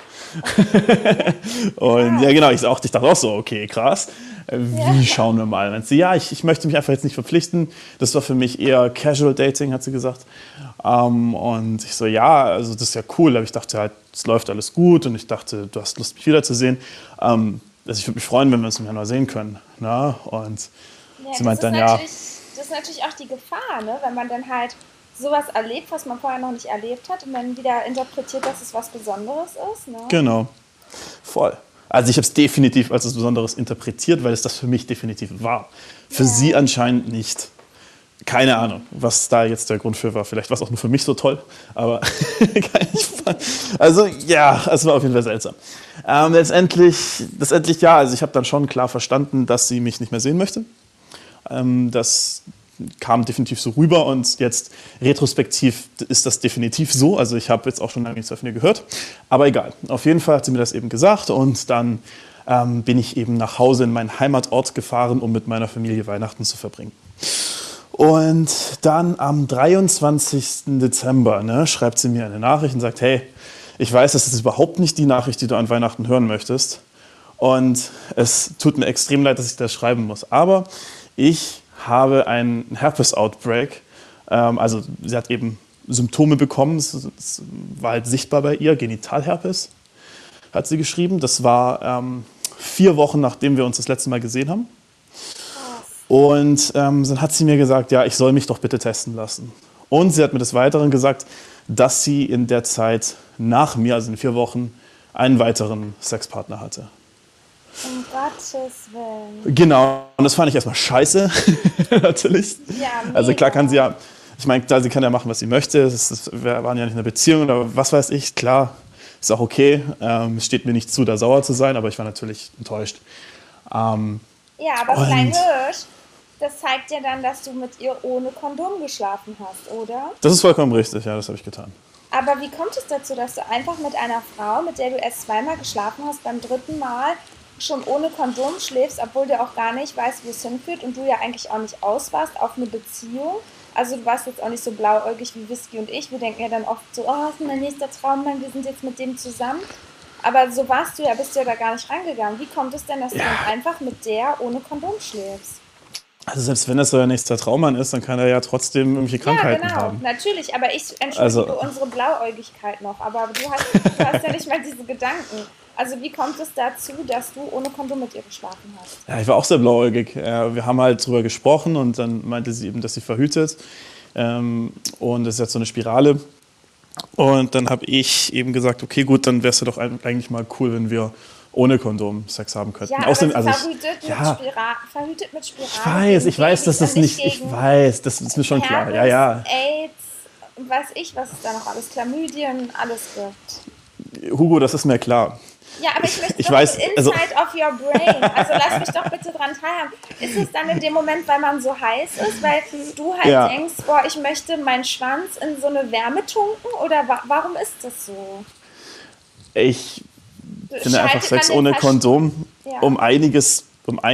Und ja, genau, ich dachte auch so, okay, krass. Wie schauen wir mal? Meinte sie, ja, ich möchte mich einfach jetzt nicht verpflichten. Das war für mich eher Casual Dating, hat sie gesagt. Und ich so, ja, also das ist ja cool. Aber ich dachte halt, es läuft alles gut und ich dachte, du hast Lust, mich wiederzusehen. Also ich würde mich freuen, wenn wir uns im Januar sehen können. Na? Und sie meint dann, ja. Das ist natürlich auch die Gefahr, ne? Wenn man dann halt sowas erlebt, was man vorher noch nicht erlebt hat und dann wieder interpretiert, dass es was Besonderes ist. Ne? Genau, voll. Also ich habe es definitiv als etwas Besonderes interpretiert, weil es das für mich definitiv war. Für sie anscheinend nicht. Keine Ahnung, was da jetzt der Grund für war. Vielleicht war es auch nur für mich so toll, aber also ja, es war auf jeden Fall seltsam. Letztendlich ja, also ich habe dann schon klar verstanden, dass sie mich nicht mehr sehen möchte. Das kam definitiv so rüber und jetzt retrospektiv ist das definitiv so. Also ich habe jetzt auch schon lange nichts von ihr gehört, aber egal. Auf jeden Fall hat sie mir das eben gesagt und dann bin ich eben nach Hause in meinen Heimatort gefahren, um mit meiner Familie Weihnachten zu verbringen. Und dann am 23. Dezember schreibt sie mir eine Nachricht und sagt, hey, ich weiß, das ist überhaupt nicht die Nachricht, die du an Weihnachten hören möchtest und es tut mir extrem leid, dass ich das schreiben muss, aber ich habe einen Herpes-Outbreak. Also sie hat eben Symptome bekommen, es war halt sichtbar bei ihr, Genitalherpes, hat sie geschrieben. Das war 4 Wochen, nachdem wir uns das letzte Mal gesehen haben. Und dann hat sie mir gesagt, ja, ich soll mich doch bitte testen lassen. Und sie hat mir des Weiteren gesagt, dass sie in der Zeit nach mir, also in 4 Wochen, einen weiteren Sexpartner hatte. Um Gottes Willen. Genau, und das fand ich erstmal scheiße, natürlich. Ja, also klar kann sie ja, ich meine, sie kann ja machen, was sie möchte. Wir waren ja nicht in einer Beziehung oder was weiß ich, klar, ist auch okay. Es steht mir nicht zu, da sauer zu sein, aber ich war natürlich enttäuscht. Ja, aber Klein Hirsch, das zeigt ja dann, dass du mit ihr ohne Kondom geschlafen hast, oder? Das ist vollkommen richtig, ja, das habe ich getan. Aber wie kommt es dazu, dass du einfach mit einer Frau, mit der du erst 2-mal geschlafen hast, beim 3. Mal schon ohne Kondom schläfst, obwohl du auch gar nicht weißt, wo es hinführt und du ja eigentlich auch nicht aus warst auf eine Beziehung? Also du warst jetzt auch nicht so blauäugig wie Whisky und ich. Wir denken ja dann oft so, oh, das ist mein nächster Traummann, wir sind jetzt mit dem zusammen. Aber so bist du ja da gar nicht rangegangen. Wie kommt es denn, dass du dann einfach mit der ohne Kondom schläfst? Also selbst wenn das euer nächster Traummann ist, dann kann er ja trotzdem irgendwelche Krankheiten haben. Ja, genau, natürlich. Aber ich entschuldige unsere Blauäugigkeit noch. Aber du hast ja nicht mal diese Gedanken. Also wie kommt es dazu, dass du ohne Kondom mit ihr geschlafen hast? Ja, ich war auch sehr blauäugig. Wir haben halt drüber gesprochen und dann meinte sie eben, dass sie verhütet. Und das ist jetzt so eine Spirale. Und dann habe ich eben gesagt, okay, gut, dann wäre es ja doch eigentlich mal cool, wenn wir ohne Kondom Sex haben könnten. Ja, außerdem, aber verhütet mit Ich Spirale. weiß, dass das nicht, ich weiß, das ist mir schon klar. Herpes, ja. AIDS, weiß ich, was es da noch alles, Chlamydien, alles gibt. Hugo, das ist mir klar. Ja, aber ich weiß, inside of your brain. Also lass mich doch bitte dran teilhaben. Ist es dann in dem Moment, weil man so heiß ist, weil du halt denkst, boah, ich möchte meinen Schwanz in so eine Wärme tunken? Oder warum ist das so? Ich finde einfach Sex ohne Kondom um einiges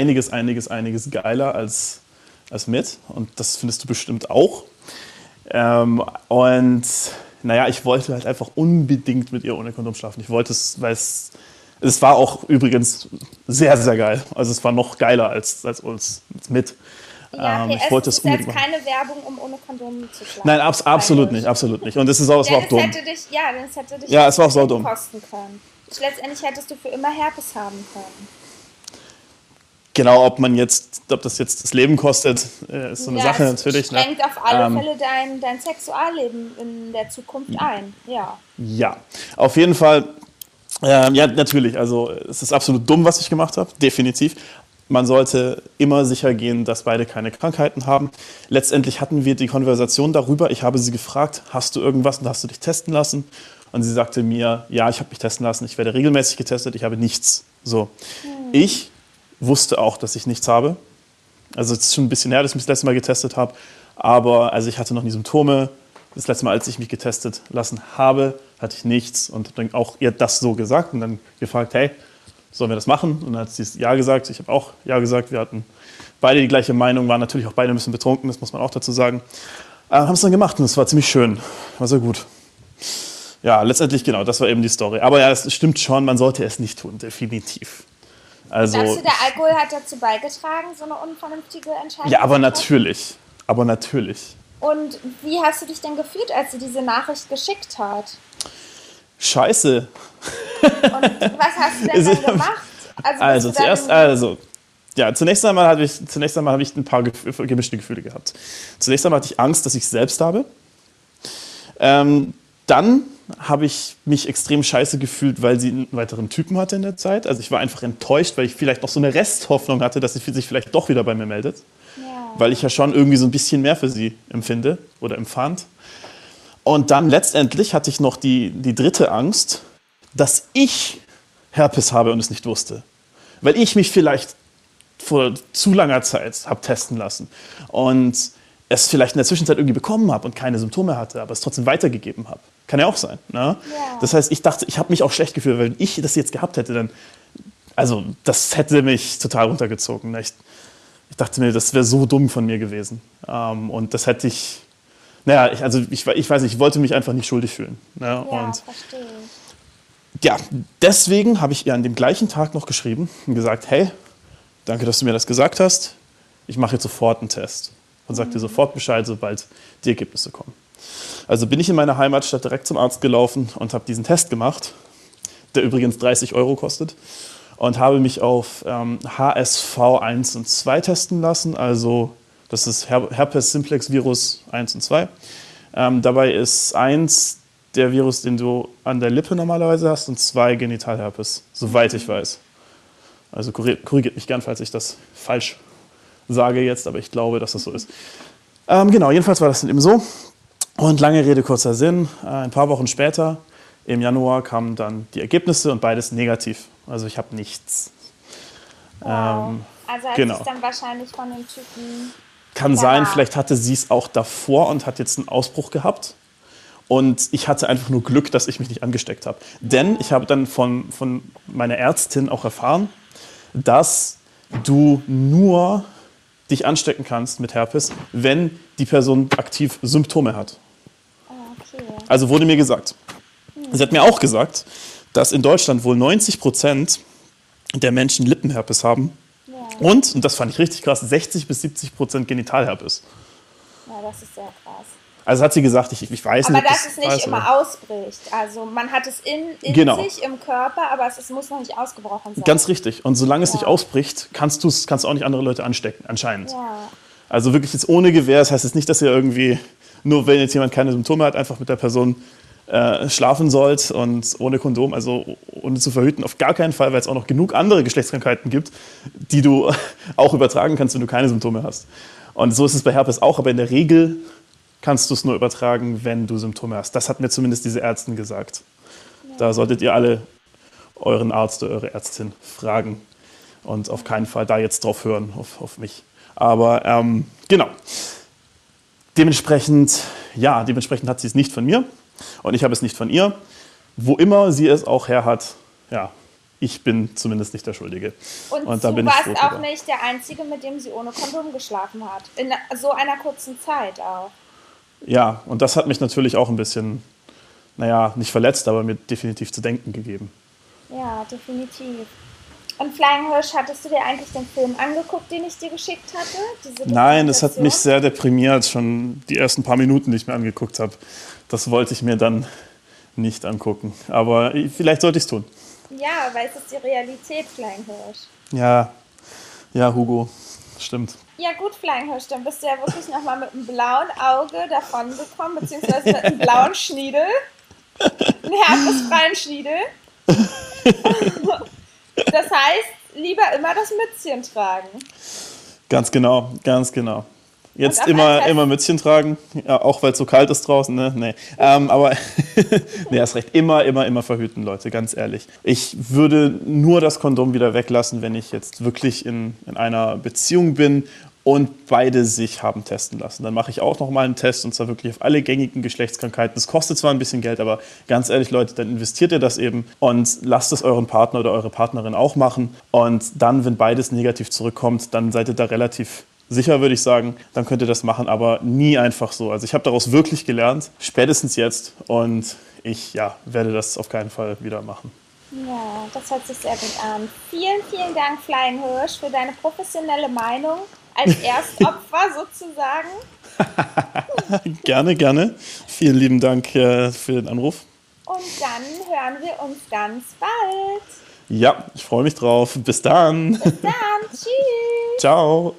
geiler als mit. Und das findest du bestimmt auch. Und naja, ich wollte halt einfach unbedingt mit ihr ohne Kondom schlafen. Ich wollte es, weil es war auch übrigens sehr, sehr geil. Also es war noch geiler als uns mit. Ja, PS, ich wollte das es ist unbedingt jetzt machen. keine Werbung, um ohne Kondom zu schlafen. Nein, absolut nicht, absolut nicht. Und es ist auch, es war auch dumm. Denn es hätte dich Ja, es war auch saudumm. kosten können. Letztendlich hättest du für immer Herpes haben können. Genau, ob das jetzt das Leben kostet, ist so eine Sache natürlich. Das schränkt auf alle Fälle dein Sexualleben in der Zukunft ein. Ja. Ja, auf jeden Fall. Ja, natürlich. Also es ist absolut dumm, was ich gemacht habe, definitiv. Man sollte immer sicher gehen, dass beide keine Krankheiten haben. Letztendlich hatten wir die Konversation darüber. Ich habe sie gefragt, hast du irgendwas und hast du dich testen lassen? Und sie sagte mir, ja, ich habe mich testen lassen, ich werde regelmäßig getestet, ich habe nichts. So. Ich wusste auch, dass ich nichts habe. Also es ist schon ein bisschen her, dass ich mich das letzte Mal getestet habe. Aber also ich hatte noch nie Symptome. Das letzte Mal, als ich mich getestet lassen habe, hatte ich nichts. Und habe dann auch ihr das so gesagt und dann gefragt, hey, sollen wir das machen? Und dann hat sie ja gesagt, ich habe auch ja gesagt. Wir hatten beide die gleiche Meinung, waren natürlich auch beide ein bisschen betrunken, das muss man auch dazu sagen. Haben es dann gemacht und es war ziemlich schön, war sehr gut. Ja, letztendlich genau, das war eben die Story. Aber ja, es stimmt schon, man sollte es nicht tun, definitiv. Also, Glaubst du, der Alkohol hat dazu beigetragen, so eine unvernünftige Entscheidung? Ja, aber natürlich. Aber natürlich. Und wie hast du dich denn gefühlt, als sie diese Nachricht geschickt hat? Scheiße. Und was hast du denn dann gemacht? Zunächst einmal habe ich ein paar gemischte Gefühle gehabt. Zunächst einmal hatte ich Angst, dass ich es selbst habe. Dann habe ich mich extrem scheiße gefühlt, weil sie einen weiteren Typen hatte in der Zeit. Also ich war einfach enttäuscht, weil ich vielleicht noch so eine Resthoffnung hatte, dass sie sich vielleicht doch wieder bei mir meldet. Ja. Weil ich ja schon irgendwie so ein bisschen mehr für sie empfinde oder empfand. Und dann letztendlich hatte ich noch die dritte Angst, dass ich Herpes habe und es nicht wusste. Weil ich mich vielleicht vor zu langer Zeit habe testen lassen und es vielleicht in der Zwischenzeit irgendwie bekommen habe und keine Symptome hatte, aber es trotzdem weitergegeben habe. Kann ja auch sein. Ne? Ja. Das heißt, ich dachte, ich habe mich auch schlecht gefühlt, weil wenn ich das jetzt gehabt hätte, dann, also das hätte mich total runtergezogen. Ich dachte mir, das wäre so dumm von mir gewesen. Und das hätte ich, ich weiß nicht, ich wollte mich einfach nicht schuldig fühlen. Ne? Ja, und verstehe. Ja, deswegen habe ich ihr an dem gleichen Tag noch geschrieben und gesagt, hey, danke, dass du mir das gesagt hast. Ich mache jetzt sofort einen Test. Und sag dir sofort Bescheid, sobald die Ergebnisse kommen. Also bin ich in meiner Heimatstadt direkt zum Arzt gelaufen und habe diesen Test gemacht, der übrigens 30 € kostet, und habe mich auf HSV 1 und 2 testen lassen. Also das ist Herpes Simplex Virus 1 und 2. Dabei ist 1 der Virus, den du an der Lippe normalerweise hast, und 2 Genitalherpes, soweit ich weiß. Also korrigiert mich gern, falls ich das falsch sage jetzt, aber ich glaube, dass das so ist. Genau, jedenfalls war das dann eben so. Und lange Rede, kurzer Sinn. Ein paar Wochen später, im Januar, kamen dann die Ergebnisse und beides negativ. Also ich habe nichts. Wow. Also hat genau. es dann wahrscheinlich von dem Typen... Kann sein, vielleicht hatte sie es auch davor und hat jetzt einen Ausbruch gehabt. Und ich hatte einfach nur Glück, dass ich mich nicht angesteckt habe. Denn ich habe dann von meiner Ärztin auch erfahren, dass du nur dich anstecken kannst mit Herpes, wenn die Person aktiv Symptome hat. Okay. Also wurde mir gesagt. Sie hat mir auch gesagt, dass in Deutschland wohl 90% der Menschen Lippenherpes haben. Ja. Und das fand ich richtig krass, 60-70% Genitalherpes. Ja, das ist sehr krass. Also hat sie gesagt, ich weiß nicht. Aber dass es nicht immer ausbricht. Also man hat es in sich, im Körper, aber es muss noch nicht ausgebrochen sein. Ganz richtig. Und solange es nicht ausbricht, kannst du auch nicht andere Leute anstecken, anscheinend. Ja. Also wirklich jetzt ohne Gewähr. Das heißt jetzt nicht, dass ihr irgendwie, nur wenn jetzt jemand keine Symptome hat, einfach mit der Person schlafen sollt und ohne Kondom, also ohne zu verhüten, auf gar keinen Fall, weil es auch noch genug andere Geschlechtskrankheiten gibt, die du auch übertragen kannst, wenn du keine Symptome hast. Und so ist es bei Herpes auch, aber in der Regel kannst du es nur übertragen, wenn du Symptome hast. Das hat mir zumindest diese Ärztin gesagt. Ja. Da solltet ihr alle euren Arzt oder eure Ärztin fragen und auf keinen Fall da jetzt drauf hören, auf mich. Aber genau. Dementsprechend hat sie es nicht von mir und ich habe es nicht von ihr. Wo immer sie es auch her hat, ja, ich bin zumindest nicht der Schuldige. Und du warst auch nicht der Einzige, mit dem sie ohne Kondom geschlafen hat. In so einer kurzen Zeit auch. Ja, und das hat mich natürlich auch ein bisschen naja, nicht verletzt, aber mir definitiv zu denken gegeben. Ja, definitiv. Und Flying Hirsch, hattest du dir eigentlich den Film angeguckt, den ich dir geschickt hatte? Nein, das hat mich sehr deprimiert, schon die ersten paar Minuten, die ich mir angeguckt habe. Das wollte ich mir dann nicht angucken. Aber vielleicht sollte ich es tun. Ja, weil es ist die Realität, Flying Hirsch. Ja, Hugo, stimmt. Ja gut, Flying Hirsch, dann bist du ja wirklich nochmal mit einem blauen Auge davongekommen, beziehungsweise mit einem blauen Schniedel. Einen herpesfreien Schniedel. Das heißt, lieber immer das Mützchen tragen. Ganz genau. Jetzt immer Mützchen tragen, ja, auch weil es so kalt ist draußen. Ne? Nee. Aber nee, hast recht, immer verhüten, Leute, ganz ehrlich. Ich würde nur das Kondom wieder weglassen, wenn ich jetzt wirklich in einer Beziehung bin und beide sich haben testen lassen. Dann mache ich auch nochmal einen Test, und zwar wirklich auf alle gängigen Geschlechtskrankheiten. Das kostet zwar ein bisschen Geld, aber ganz ehrlich, Leute, dann investiert ihr das eben und lasst es euren Partner oder eure Partnerin auch machen. Und dann, wenn beides negativ zurückkommt, dann seid ihr da relativ sicher, würde ich sagen. Dann könnt ihr das machen, aber nie einfach so. Also ich habe daraus wirklich gelernt, spätestens jetzt. Und ich werde das auf keinen Fall wieder machen. Ja, das hört sich sehr gut an. Vielen, vielen Dank, Flying Hirsch, für deine professionelle Meinung als Erstopfer sozusagen. Gerne. Vielen lieben Dank für den Anruf. Und dann hören wir uns ganz bald. Ja, ich freue mich drauf. Bis dann. Bis dann. Tschüss. Ciao.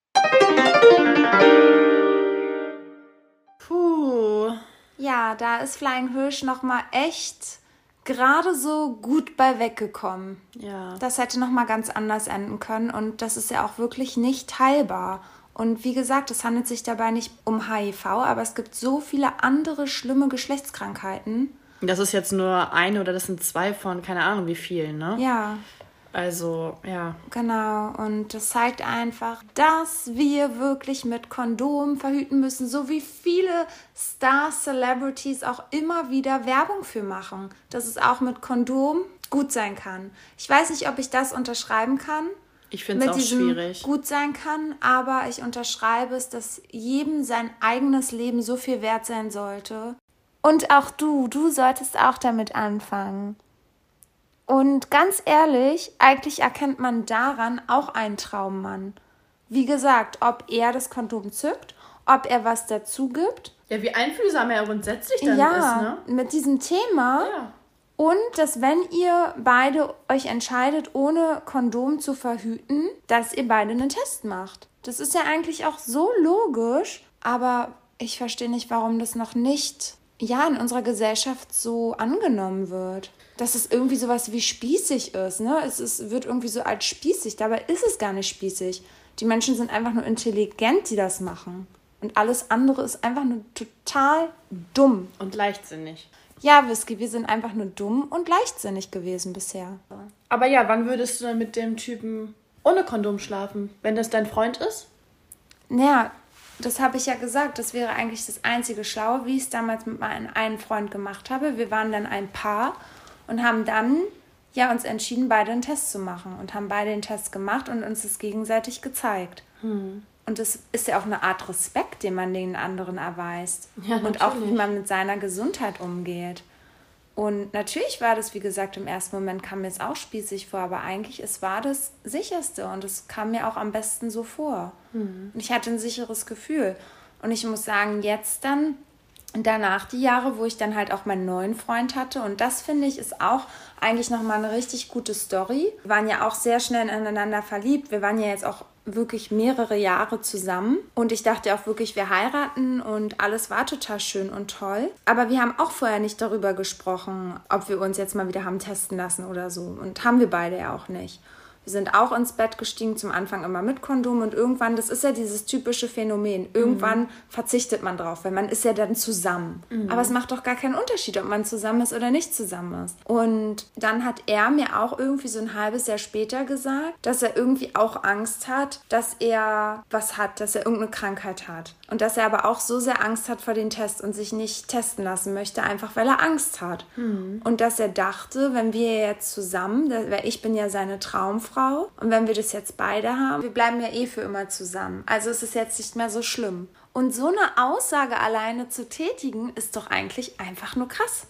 Puh. Ja, da ist Flying Hirsch nochmal echt gerade so gut bei weggekommen. Ja. Das hätte nochmal ganz anders enden können und das ist ja auch wirklich nicht heilbar. Und wie gesagt, es handelt sich dabei nicht um HIV, aber es gibt so viele andere schlimme Geschlechtskrankheiten. Das ist jetzt nur eine oder das sind 2 von keine Ahnung wie vielen, ne? Ja. Also, ja. Genau, und das zeigt einfach, dass wir wirklich mit Kondom verhüten müssen, so wie viele Star-Celebrities auch immer wieder Werbung für machen, dass es auch mit Kondom gut sein kann. Ich weiß nicht, ob ich das unterschreiben kann. Ich finde es auch schwierig. Gut sein kann, aber ich unterschreibe es, dass jedem sein eigenes Leben so viel wert sein sollte. Und auch du solltest auch damit anfangen. Und ganz ehrlich, eigentlich erkennt man daran auch einen Traummann. Wie gesagt, ob er das Kondom zückt, ob er was dazu gibt. Ja, wie einfühlsam er grundsätzlich dann ist, ne? Mit diesem Thema. Ja. Und dass, wenn ihr beide euch entscheidet, ohne Kondom zu verhüten, dass ihr beide einen Test macht. Das ist ja eigentlich auch so logisch, aber ich verstehe nicht, warum das noch nicht in unserer Gesellschaft so angenommen wird. Dass es irgendwie sowas wie spießig ist, ne? Wird irgendwie so als spießig, dabei ist es gar nicht spießig. Die Menschen sind einfach nur intelligent, die das machen. Und alles andere ist einfach nur total dumm. Und leichtsinnig. Ja, Whisky, wir sind einfach nur dumm und leichtsinnig gewesen bisher. Aber ja, wann würdest du dann mit dem Typen ohne Kondom schlafen? Wenn das dein Freund ist? Naja, das habe ich ja gesagt. Das wäre eigentlich das einzige Schlaue, wie ich es damals mit meinem einen Freund gemacht habe. Wir waren dann ein Paar und haben dann uns entschieden, beide einen Test zu machen. Und haben beide den Test gemacht und uns das gegenseitig gezeigt. Und das ist ja auch eine Art Respekt, den man den anderen erweist. Ja, und auch, wie man mit seiner Gesundheit umgeht. Und natürlich war das, wie gesagt, im ersten Moment kam mir es auch spießig vor, aber eigentlich war das Sicherste und es kam mir auch am besten so vor. Und ich hatte ein sicheres Gefühl. Und ich muss sagen, jetzt dann, danach die Jahre, wo ich dann halt auch meinen neuen Freund hatte, und das, finde ich, ist auch eigentlich nochmal eine richtig gute Story. Wir waren ja auch sehr schnell ineinander verliebt. Wir waren ja jetzt auch wirklich mehrere Jahre zusammen und ich dachte auch wirklich, wir heiraten und alles war total schön und toll. Aber wir haben auch vorher nicht darüber gesprochen, ob wir uns jetzt mal wieder haben testen lassen oder so, und haben wir beide ja auch nicht. Wir sind auch ins Bett gestiegen, zum Anfang immer mit Kondom und irgendwann, das ist ja dieses typische Phänomen, irgendwann verzichtet man drauf, weil man ist ja dann zusammen. Aber es macht doch gar keinen Unterschied, ob man zusammen ist oder nicht zusammen ist. Und dann hat er mir auch irgendwie so ein halbes Jahr später gesagt, dass er irgendwie auch Angst hat, dass er was hat, dass er irgendeine Krankheit hat. Und dass er aber auch so sehr Angst hat vor den Tests und sich nicht testen lassen möchte, einfach weil er Angst hat. Und dass er dachte, wenn wir jetzt zusammen, weil ich bin ja seine Traumfrau, und wenn wir das jetzt beide haben, wir bleiben ja für immer zusammen. Also es ist jetzt nicht mehr so schlimm. Und so eine Aussage alleine zu tätigen, ist doch eigentlich einfach nur krass.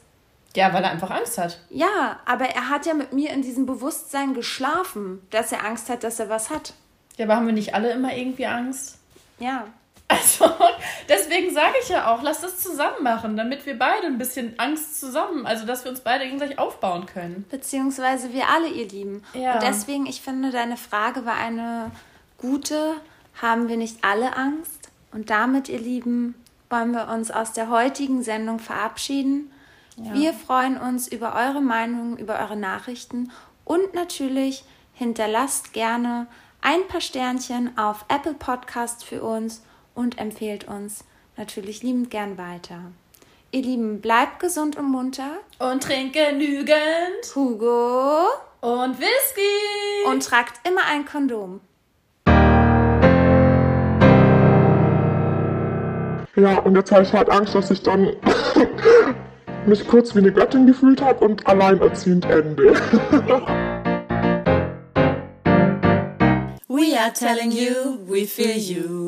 Ja, weil er einfach Angst hat. Ja, aber er hat ja mit mir in diesem Bewusstsein geschlafen, dass er Angst hat, dass er was hat. Ja, aber haben wir nicht alle immer irgendwie Angst? Ja. Also, deswegen sage ich ja auch, lass das zusammen machen, damit wir beide ein bisschen Angst zusammen, also dass wir uns beide gegenseitig aufbauen können. Beziehungsweise wir alle, ihr Lieben. Ja. Und deswegen, ich finde, deine Frage war eine gute. Haben wir nicht alle Angst? Und damit, ihr Lieben, wollen wir uns aus der heutigen Sendung verabschieden. Ja. Wir freuen uns über eure Meinungen, über eure Nachrichten und natürlich hinterlasst gerne ein paar Sternchen auf Apple Podcast für uns und empfehlt uns natürlich liebend gern weiter. Ihr Lieben, bleibt gesund und munter. Und trinkt genügend. Hugo. Und Whisky. Und tragt immer ein Kondom. Ja, und jetzt habe ich halt Angst, dass ich dann mich kurz wie eine Göttin gefühlt habe und alleinerziehend ende. We are telling you, we feel you.